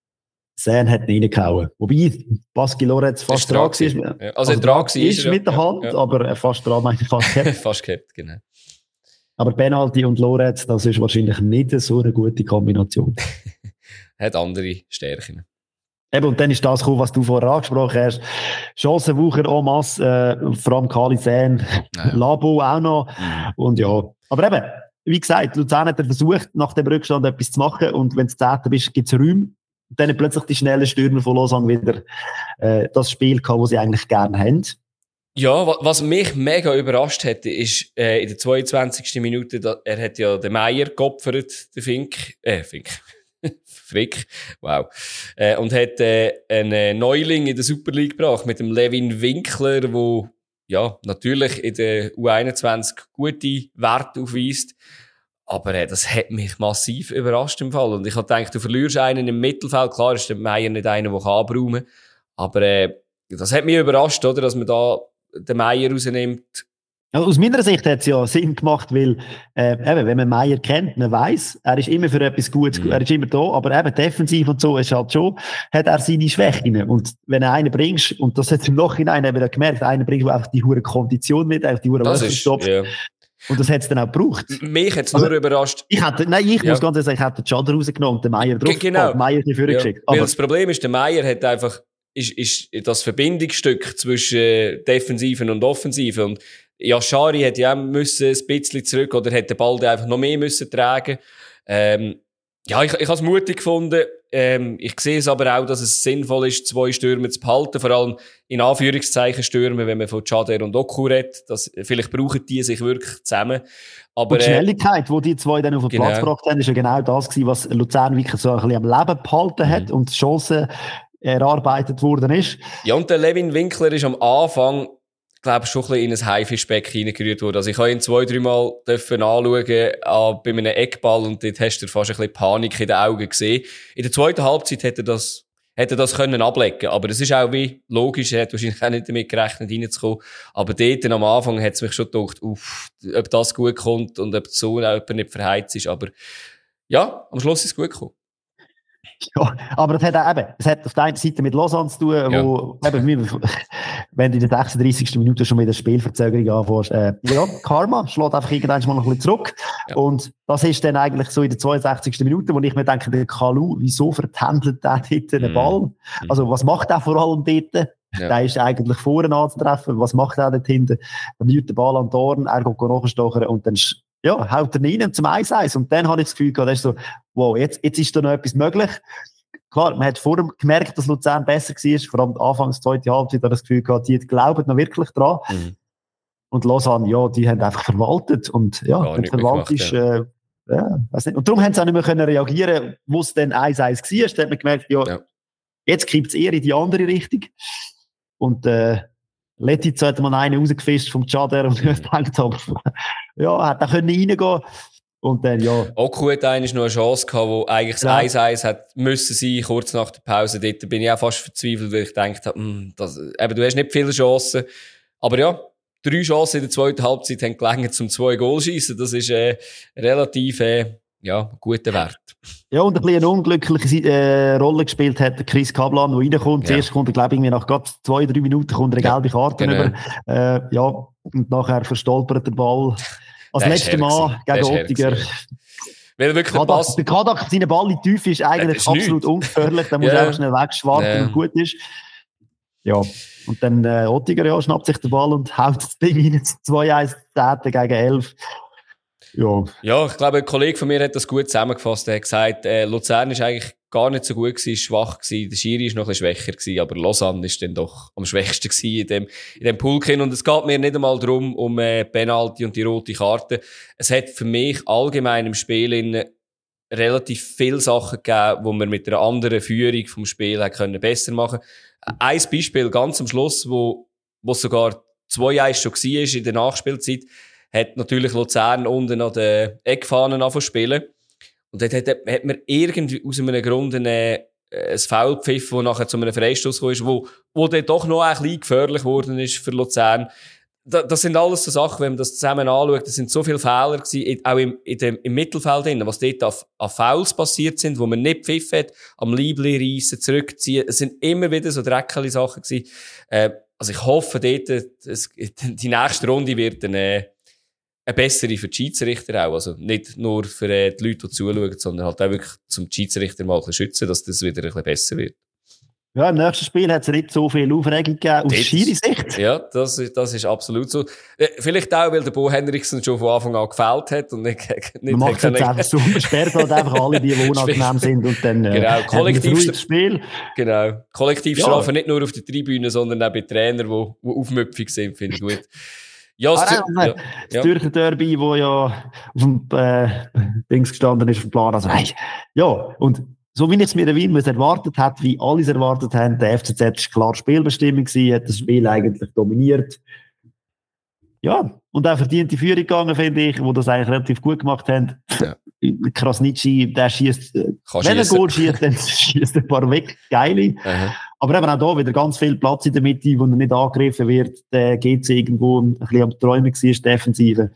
Sen hat ihn reingehauen. Wobei, Baski Lorenz fast dran war. Ja. Also, also dran war ist mit der Hand, ja. aber fast dran, meine ich, fast gehabt. Fast gehabt, genau. Aber Penalty und Lorenz, das ist wahrscheinlich nicht so eine gute Kombination. Hat andere Stärken. Eben, und dann ist das gekommen, was du vorher angesprochen hast. Chancenwucher en masse, äh, vor allem Kali Sen, ja. Labo auch noch. Mhm. Und ja, aber eben, wie gesagt, Luzern hat versucht, nach dem Rückstand etwas zu machen und wenn du Zehnter bist, gibt es Räume. Und dann plötzlich die schnellen Stürmer von Lausanne wieder äh, das Spiel gehabt, das sie eigentlich gerne haben. Ja, was mich mega überrascht hätte, ist äh, in der zweiundzwanzigsten Minute, da, er hat ja den Meier geopfert, den Fink, äh, Fink, Frick, wow, äh, und hat äh, einen Neuling in der Super League gebracht mit dem Levin Winkler, wo ja natürlich in der U einundzwanzig gute Werte aufweist, aber äh, das hat mich massiv überrascht im Fall und ich habe gedacht, du verlierst einen im Mittelfeld, klar ist der Meier nicht einer, der anbraumen kann, aber äh, das hat mich überrascht, oder, dass man da den Meier rausnimmt. Also aus meiner Sicht hat es ja Sinn gemacht, weil, äh, eben, wenn man Meier kennt, man weiss, er ist immer für etwas Gutes, mhm. er ist immer da, aber eben defensiv und so ist halt schon, hat er seine Schwächen. Und wenn du einen bringst, und das hat im Nachhinein eben gemerkt, einen bringst, der einfach die hure Kondition mit, einfach die hure Löcher ja. Und das hat es dann auch gebraucht. Mich hat es also, nur überrascht. Ich hätte, nein, ich ja. muss ganz ehrlich sagen, ich hätte den Schaden rausgenommen und den Meier drauf genau. den Meier nicht vorgeschickt. Ja. Weil das Problem ist, der Meier hat einfach Ist, ist das Verbindungsstück zwischen Defensiven und Offensiven. Und Yashari hätte ja auch müssen ein bisschen zurück oder hätte den Ball einfach noch mehr müssen tragen. Ähm, ja, ich, ich habe es mutig gefunden. Ähm, ich sehe es aber auch, dass es sinnvoll ist, zwei Stürmer zu behalten. Vor allem in Anführungszeichen Stürmer, wenn man von Chader und Oku redet. Das, vielleicht brauchen die sich wirklich zusammen. Aber, und die Schnelligkeit, die die zwei dann auf den genau. Platz gebracht haben, ist ja genau das gewesen, was Luzern wirklich so ein bisschen am Leben behalten hat mhm. und die Chancen erarbeitet worden ist. Ja, und der Levin Winkler ist am Anfang, glaube ich, schon ein bisschen in ein Haifischbecken hineingerührt worden. Also ich habe ihn zwei, dreimal dürfen anschauen, äh, bei einem Eckball, und dort hast du fast ein bisschen Panik in den Augen gesehen. In der zweiten Halbzeit hätte er das, hätte er das können ablecken. Aber es ist auch wie logisch, er hat wahrscheinlich auch nicht damit gerechnet, reinzukommen. Aber dort am Anfang hat es mich schon gedacht, uff, ob das gut kommt und ob so jemand nicht verheizt ist. Aber ja, am Schluss ist es gut gekommen. Ja, aber das hat auch eben, es hat auf der einen Seite mit Lausanne zu tun, ja. wo, eben, wenn du in der sechsunddreißigsten Minute schon mit der Spielverzögerung anfängst, äh, ja, Karma schlägt einfach irgendwann mal noch ein bisschen zurück. Ja. Und das ist dann eigentlich so in der zweiundsechzigsten Minute, wo ich mir denke, der Kalu, wieso vertändelt der dort den Ball? Mm. Also, was macht der vor allem dort? Ja. Der ist eigentlich vorne anzutreffen. Was macht er dort hinten? Er nimmt den Ball an die Ohren, er geht nachstochern und dann ja, haut er rein zum eins eins. Und dann habe ich das Gefühl gehabt, das ist so, wow, jetzt, jetzt ist da noch etwas möglich. Klar, man hat vorher gemerkt, dass Luzern besser war, vor allem anfangs zweite Halbzeit, hat das Gefühl gehabt, die glauben noch wirklich dran. Mhm. Und Lausanne, ja, die haben einfach verwaltet. Und ja, wenn verwaltet ist, ja. Äh, ja, weiß nicht. Und darum haben sie auch nicht mehr können reagieren, wo es dann eins eins war. Da hat man gemerkt, ja, ja. jetzt kippt es eher in die andere Richtung. Und, äh, Letitz hat mal einen rausgefischt vom Chader und ich dachte, ja, hat er können reingehen. Und dann, ja. Oku hat eigentlich noch eine Chance gehabt, wo eigentlich das ja. eins eins hat müssen sein, kurz nach der Pause. Dort bin ich auch fast verzweifelt, weil ich gedacht habe, mh, das, eben, du hast nicht viele Chancen. Aber ja, drei Chancen in der zweiten Halbzeit haben gelangt zum zwei Goal schießen. Das ist, äh, relativ, äh, ja, guter Wert. Ja, und ein bisschen eine unglückliche äh, Rolle gespielt hat der Chris Kablan, der reinkommt. Ja. Zuerst kommt er, glaube ich, nach gerade zwei, drei Minuten kommt er eine gelbe Karte genau. über. Äh, ja, und nachher verstolpert der Ball. Als letzter Mal gegen Ottiger. Weil wirklich Kadak, der, Pass... der Kadak, seine Ball in die Tiefe ist eigentlich ist absolut nichts. Ungefährlich. Da muss er ja. einfach schnell wegschwarten ja. und gut ist. Ja, und dann äh, Ottiger ja, schnappt sich den Ball und haut das Ding rein zu zwei eins gegen elf. Ja. ja, ich glaube, ein Kollege von mir hat das gut zusammengefasst. Er hat gesagt, äh, Luzern ist eigentlich gar nicht so gut gewesen, schwach gewesen. Der Schiri ist noch ein bisschen schwächer gewesen, aber Lausanne ist dann doch am schwächsten gewesen in dem, in dem Poolkin. Und es geht mir nicht einmal darum, um äh, Penalty und die rote Karte. Es hat für mich allgemein im Spiel in relativ viele Sachen gegeben, wo man mit einer anderen Führung vom Spiel hat können besser machen. Ein Beispiel ganz am Schluss, wo, wo sogar zwei eins schon war in der Nachspielzeit, hat natürlich Luzern unten an den Eckfahnen angefangen zu spielen. Und dort hat, hat man irgendwie aus einem Grund eine, ein Foul gepfiffen, das nachher zu einem Freistoß kam, wo, wo dann doch noch ein bisschen gefährlich geworden ist für Luzern. Da, das sind alles so Sachen, wenn man das zusammen anschaut, das sind so viele Fehler gewesen, auch im, in dem, im Mittelfeld drin, was dort an, an Fouls passiert sind, wo man nicht pfiffen hat, am Liebli reissen, zurückziehen. Es sind immer wieder so dreckige Sachen gewesen. Äh, also ich hoffe dort, das, die nächste Runde wird dann, äh, eine bessere für die Schiedsrichter auch. Also nicht nur für äh, die Leute, die zuschauen, sondern halt auch wirklich zum Schiedsrichter mal ein bisschen schützen, dass das wieder ein bisschen besser wird. Ja, im nächsten Spiel hat es nicht so viel Aufregung gegeben, aus Schiri-Sicht. Ja, das, das ist absolut so. Äh, vielleicht auch, weil der Bo Henriksen schon von Anfang an gefällt hat und nicht, nicht man macht es einfach so, man sperrt halt einfach alle, die unangenehm sind und dann äh, genau, kollektiv Spiel. Genau, Kollektivstrafen ja. Nicht nur auf der Tribüne, sondern auch bei Trainern, die, die aufmüpfig sind, finde ich gut. Ja, das, ah, nein, ja, das ja. Zürcher Derby, wo ja auf dem äh, Dings gestanden ist, auf dem Plan. Also, hey, ja, und so wie ich es mir in Wien erwartet hat, wie alle es erwartet haben, der F C Z ist klar Spielbestimmung gewesen, hat das Spiel eigentlich dominiert. Ja, und auch verdiente Führung gegangen, finde ich, wo das eigentlich relativ gut gemacht haben. Ja. Krasnitschi, der schießt, wenn er Goal schießt, dann schießt ein paar weg, geile. Uh-huh. Aber eben auch da wieder ganz viel Platz in der Mitte, wo er nicht angegriffen wird. Der G C irgendwo ein bisschen am Träumen war, Defensive.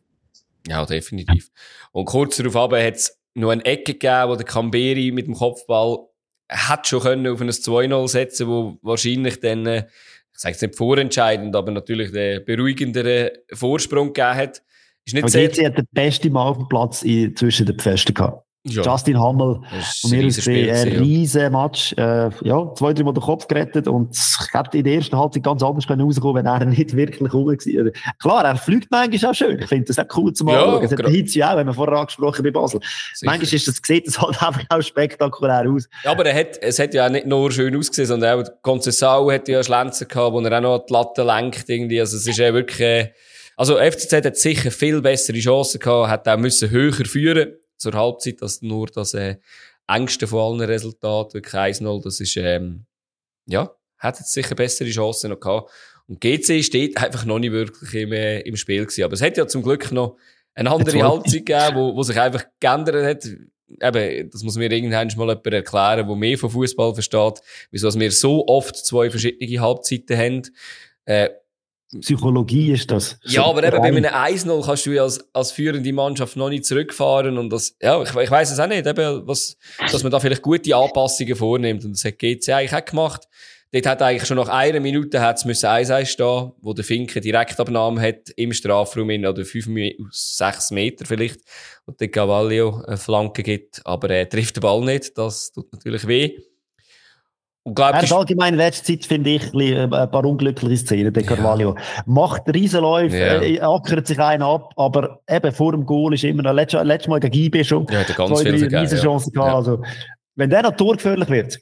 Ja, definitiv. Und kurz darauf aber hat es noch eine Ecke gegeben, wo der Kamberi mit dem Kopfball hat schon können auf ein zwei null setzen, wo wahrscheinlich dann, ich sage jetzt nicht vorentscheidend, aber natürlich den beruhigenderen Vorsprung gegeben hat. Ist nicht aber G C hat den besten Mann auf dem Platz in, zwischen den Pfosten gehabt. Ja. Justin Hammel, und mir ist ein riesen Match, äh, ja, zwei, drei Mal den Kopf gerettet und ich hätte in der ersten Halbzeit ganz anders können rauskommen, wenn er nicht wirklich rum war. Klar, er fliegt manchmal auch schön. Ich finde das auch cool zum Anschauen. Es hat der Hitze auch, wenn wir vorher angesprochen bei Basel. Sicher. Manchmal ist das, sieht das halt einfach auch spektakulär aus. Ja, aber er hat, es hat ja auch nicht nur schön ausgesehen, sondern auch Conceição hat ja Schlenzer gehabt, wo er auch noch die Latte lenkt irgendwie. Also es ist ja wirklich, äh, also F C Z hat sicher viel bessere Chancen gehabt, hat auch müssen höher führen zur Halbzeit, als nur das äh, engste von allen Resultaten, wirklich eins null, das ist, ähm, ja, hat jetzt sicher bessere Chancen noch gehabt. Und G C steht einfach noch nicht wirklich im, äh, im Spiel gewesen. Aber es hat ja zum Glück noch eine andere Halbzeit gegeben, wo, wo sich einfach geändert hat. Eben, das muss mir irgendwann mal jemand erklären, der mehr von Fußball versteht, wieso wir so oft zwei verschiedene Halbzeiten haben. Äh, Psychologie ist das. Ja, aber eben bei einem eins null kannst du ja als, als führende Mannschaft noch nicht zurückfahren und das, ja, ich, ich weiss es auch nicht, eben, was, dass man da vielleicht gute Anpassungen vornimmt und das hat G C eigentlich auch gemacht. Dort hat eigentlich schon nach einer Minute hat's müssen eins eins stehen, wo der Finke Direktabnahme hat im Strafraum in oder fünf, sechs Meter vielleicht und der Gavalio eine Flanke gibt, aber er trifft den Ball nicht, das tut natürlich weh. Und glaub, er hat allgemein in letzter Zeit, finde ich, ein paar unglückliche Szenen, der Carvalho. Ja. Macht Riesenläufe, ja. äh, ackert sich einen ab, aber eben vor dem Goal ist immer noch, letztes, letztes Mal gegen I B schon, ja, ganz zwei, drei Riesenchancen ja. gehabt. Ja. Also, wenn der noch torgefährlich wird.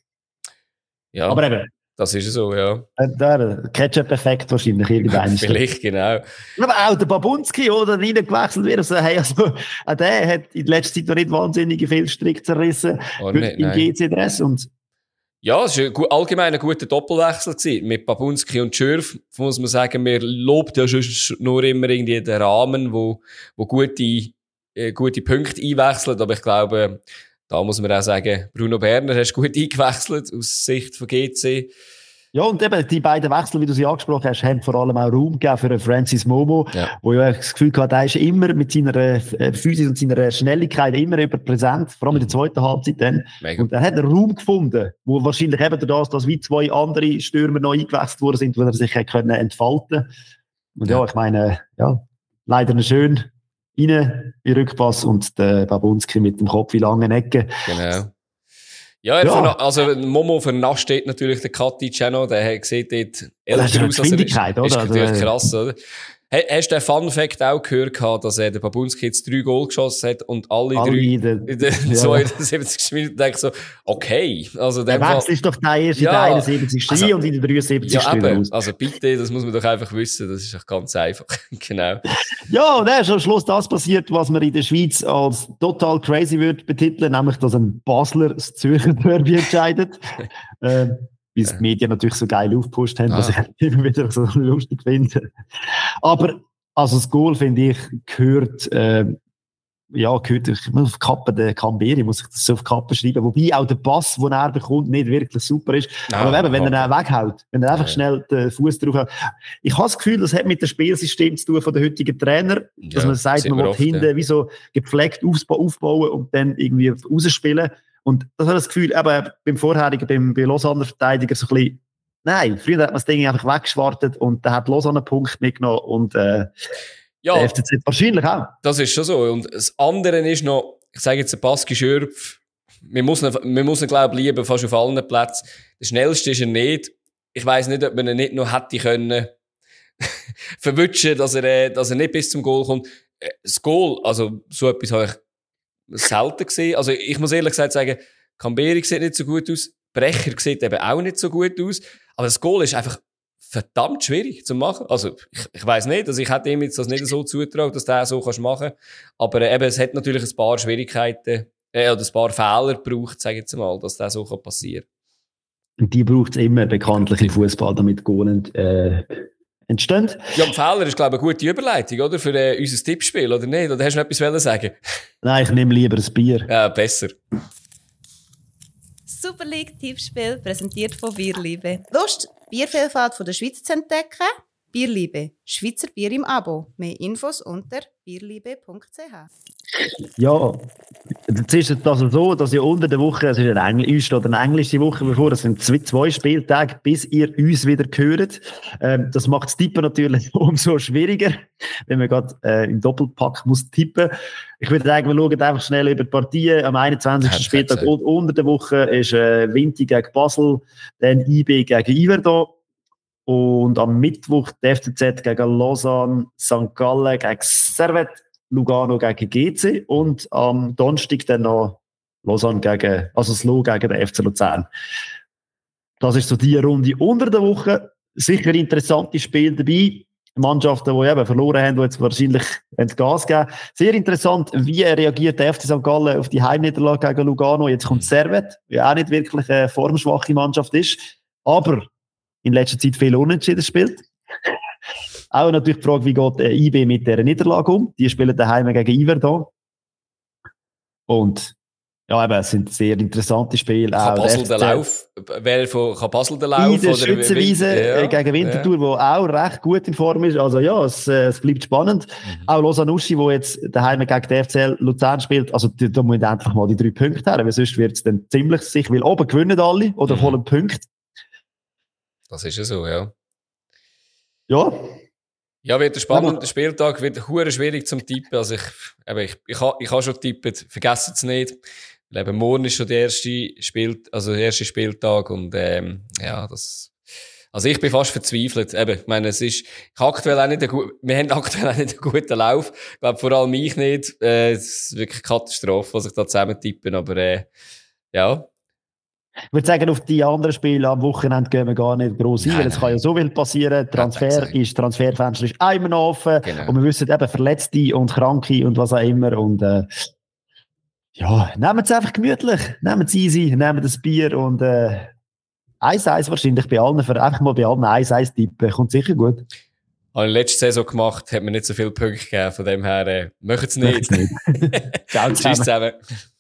Ja, aber eben. Das ist so, ja. Der Ketchup-Effekt wahrscheinlich irgendwann. Vielleicht, genau. Aber auch der Babunski, oder reingewechselt wird, also, hey, also, auch der hat in letzter Zeit noch nicht wahnsinnig viel Strick zerrissen oh, nicht, im G C-Dress und ja, es war ein allgemein ein guter Doppelwechsel gewesen. Mit Babunski und Schürf, muss man sagen, wir lobt ja schon nur immer irgendwie den Rahmen, wo, wo gute, äh, gute Punkte einwechselt. Aber ich glaube, da muss man auch sagen, Bruno Berner hast gut eingewechselt, aus Sicht von G C. Ja, und eben die beiden Wechsel, wie du sie angesprochen hast, haben vor allem auch Raum gegeben für Francis Momo, ja. Wo ja das Gefühl hatte, er ist immer mit seiner Physis und seiner Schnelligkeit immer über präsent, vor allem in der zweiten Halbzeit dann. Mega. Und er hat einen Raum gefunden, wo wahrscheinlich eben durch das, dass wie zwei andere Stürmer neu eingewechselt worden sind, wo er sich können entfalten. Und ja, ja ich meine, ja, leider schön rein in Rückpass und der Babunski mit dem Kopf in langen Ecken. Genau. Ja, er ja. also Momo vernascht steht natürlich der Katic auch noch, der sieht dort älter aus, als er ist. Oder? Ist natürlich krass, oder? Hast du den Fun-Fact auch gehört, dass er der Babunski jetzt drei Goal geschossen hat und alle, alle drei in den ja. zweiundsiebzig Minuten denke so, okay. Also der Wechsel ist doch der erste ja. in der einundsiebzigsten Also, und in der dreiundsiebzigsten Ja, eben. Also bitte, das muss man doch einfach wissen, das ist doch ganz einfach. Genau. Ja, und dann ist am Schluss das passiert, was man in der Schweiz als total crazy wird betiteln, nämlich, dass ein Basler das Zürcher Derby entscheidet. äh, Weil die Medien natürlich so geil aufgepusht haben, ah. was ich immer wieder so lustig finde. Aber, also das Goal, finde ich, gehört, äh, ja, gehört, ich muss auf die Kappe, der Camberi, muss ich das so auf die Kappe schreiben. Wobei auch der Pass, den er bekommt, nicht wirklich super ist. Ah, aber eben, wenn er ihn weghaut, wenn er einfach ja. schnell den Fuß drauf hat. Ich habe das Gefühl, das hat mit dem Spielsystem zu tun von den heutigen Trainer, ja, dass man sagt, man will hinten ja. wie so gepflegt aufbauen und dann irgendwie rausspielen. Und das hat das Gefühl, eben beim vorherigen, beim, bei Lausanne Verteidiger so ein bisschen, nein, früher hat man das Ding einfach weggeschwartet und dann hat Lausanne einen Punkt mitgenommen und äh, ja, der F C Z wahrscheinlich auch. Das ist schon so. Und das andere ist noch, ich sage jetzt, ein Baski Schürpf, man muss ihn, man muss ihn, glaube ich, lieben, fast auf allen Plätzen. Der schnellste ist er nicht. Ich weiss nicht, ob man ihn nicht noch hätte können verwutschen, dass er, dass er nicht bis zum Goal kommt. Das Goal, also so etwas habe ich selten gesehen. Also ich muss ehrlich gesagt sagen, Camberi sieht nicht so gut aus, Brecher sieht eben auch nicht so gut aus, aber das Goal ist einfach verdammt schwierig zu machen. Also ich, ich weiss nicht, also ich hätte ihm jetzt das nicht so zutrauen, dass der so kannst machen. Aber äh, eben, es hat natürlich ein paar Schwierigkeiten äh, oder ein paar Fehler gebraucht, sage ich jetzt mal, dass das so passieren kann. Und die braucht es immer bekanntlich im Fußball, damit Goal äh, entstehen. Ja, und Fehler ist, glaube ich, eine gute Überleitung, oder? Für äh, unser Tippspiel, oder nicht? Oder hast du noch etwas sagen? Nein, ich nehme lieber ein Bier. Ja, besser. Super League Tippspiel, präsentiert von Bierliebe. Lust, Biervielfalt von der Schweiz zu entdecken? Bierliebe, Schweizer Bier im Abo. Mehr Infos unter bierliebe punkt c h. Ja, jetzt ist es also so, dass ja unter der Woche, es ist eine, Engl- uns steht eine englische Woche bevor, es sind zwei, zwei Spieltage, bis ihr uns wieder hört. Ähm, das macht das Tippen natürlich umso schwieriger, wenn man gerade äh, im Doppelpack muss tippen. Ich würde sagen, wir schauen einfach schnell über die Partien. Am einundzwanzigsten Spieltag un- unter der Woche ist äh, Vinti gegen Basel, dann I B gegen Yverdon. Und am Mittwoch die F C Z gegen Lausanne, Sankt Gallen gegen Servette, Lugano gegen G C und am Donnerstag dann noch Lausanne gegen, also Slo gegen den F C Luzern. Das ist so die Runde unter der Woche. Sicher interessante Spiele dabei. Mannschaften, die eben verloren haben, die jetzt wahrscheinlich Gas geben. Sehr interessant, wie reagiert der F C Sankt Gallen auf die Heimniederlage gegen Lugano. Jetzt kommt Servette, die auch nicht wirklich eine formschwache Mannschaft ist, aber in letzter Zeit viel Unentschieden spielt. Auch natürlich die Frage, wie geht der I B mit dieser Niederlage um? Die spielen daheim gegen Yverdon. Und ja, eben, es sind sehr interessante Spiele. Kann Basel den Lauf? Wer von, kann Basel den Lauf? In der Schützenwiese ja, gegen Winterthur, ja. Wo auch recht gut in Form ist. Also ja, es, es bleibt spannend. Mhm. Auch Lausanne Uschi, wo jetzt daheim gegen den F C L Luzern spielt. Also da, da muss endlich mal die drei Punkte her, weil sonst wird es dann ziemlich sicher, weil oben gewinnen alle oder mhm. holen Punkte. Das ist ja so, ja. Ja. Ja, wird ein spannender Spieltag, wird hure schwierig zum Tippen. Also ich, eben, ich, ich, ha, ich habe schon getippt, vergessen es nicht. Weil eben morgen ist schon der erste Spiel, also der erste Spieltag und, ähm, ja, das, also ich bin fast verzweifelt. Eben, ich meine, es ist, ich aktuell auch nicht ein, wir haben aktuell auch nicht einen guten Lauf. Ich glaube, vor allem ich nicht. Äh, es ist wirklich Katastrophe, was ich da zusammen tippen, aber, äh, ja. Ich würde sagen, auf die anderen Spiele am Wochenende gehen wir gar nicht groß ein, weil es kann ja so viel passieren. Transfer ja, ist, Transferfenster ist einmal noch offen. Genau. Und wir wissen eben Verletzte und Kranke und was auch immer. Und, äh, ja, nehmt es einfach gemütlich. Nehmt es easy, nehmt das Bier und, äh, eins eins wahrscheinlich bei allen, einfach mal bei allen eins eins tippen. Kommt sicher gut. Habe ich letzte Saison gemacht, hat mir nicht so viele Punkte gegeben. Von dem her, äh, macht es nicht. nicht. Ciao zusammen. Tschüss zusammen.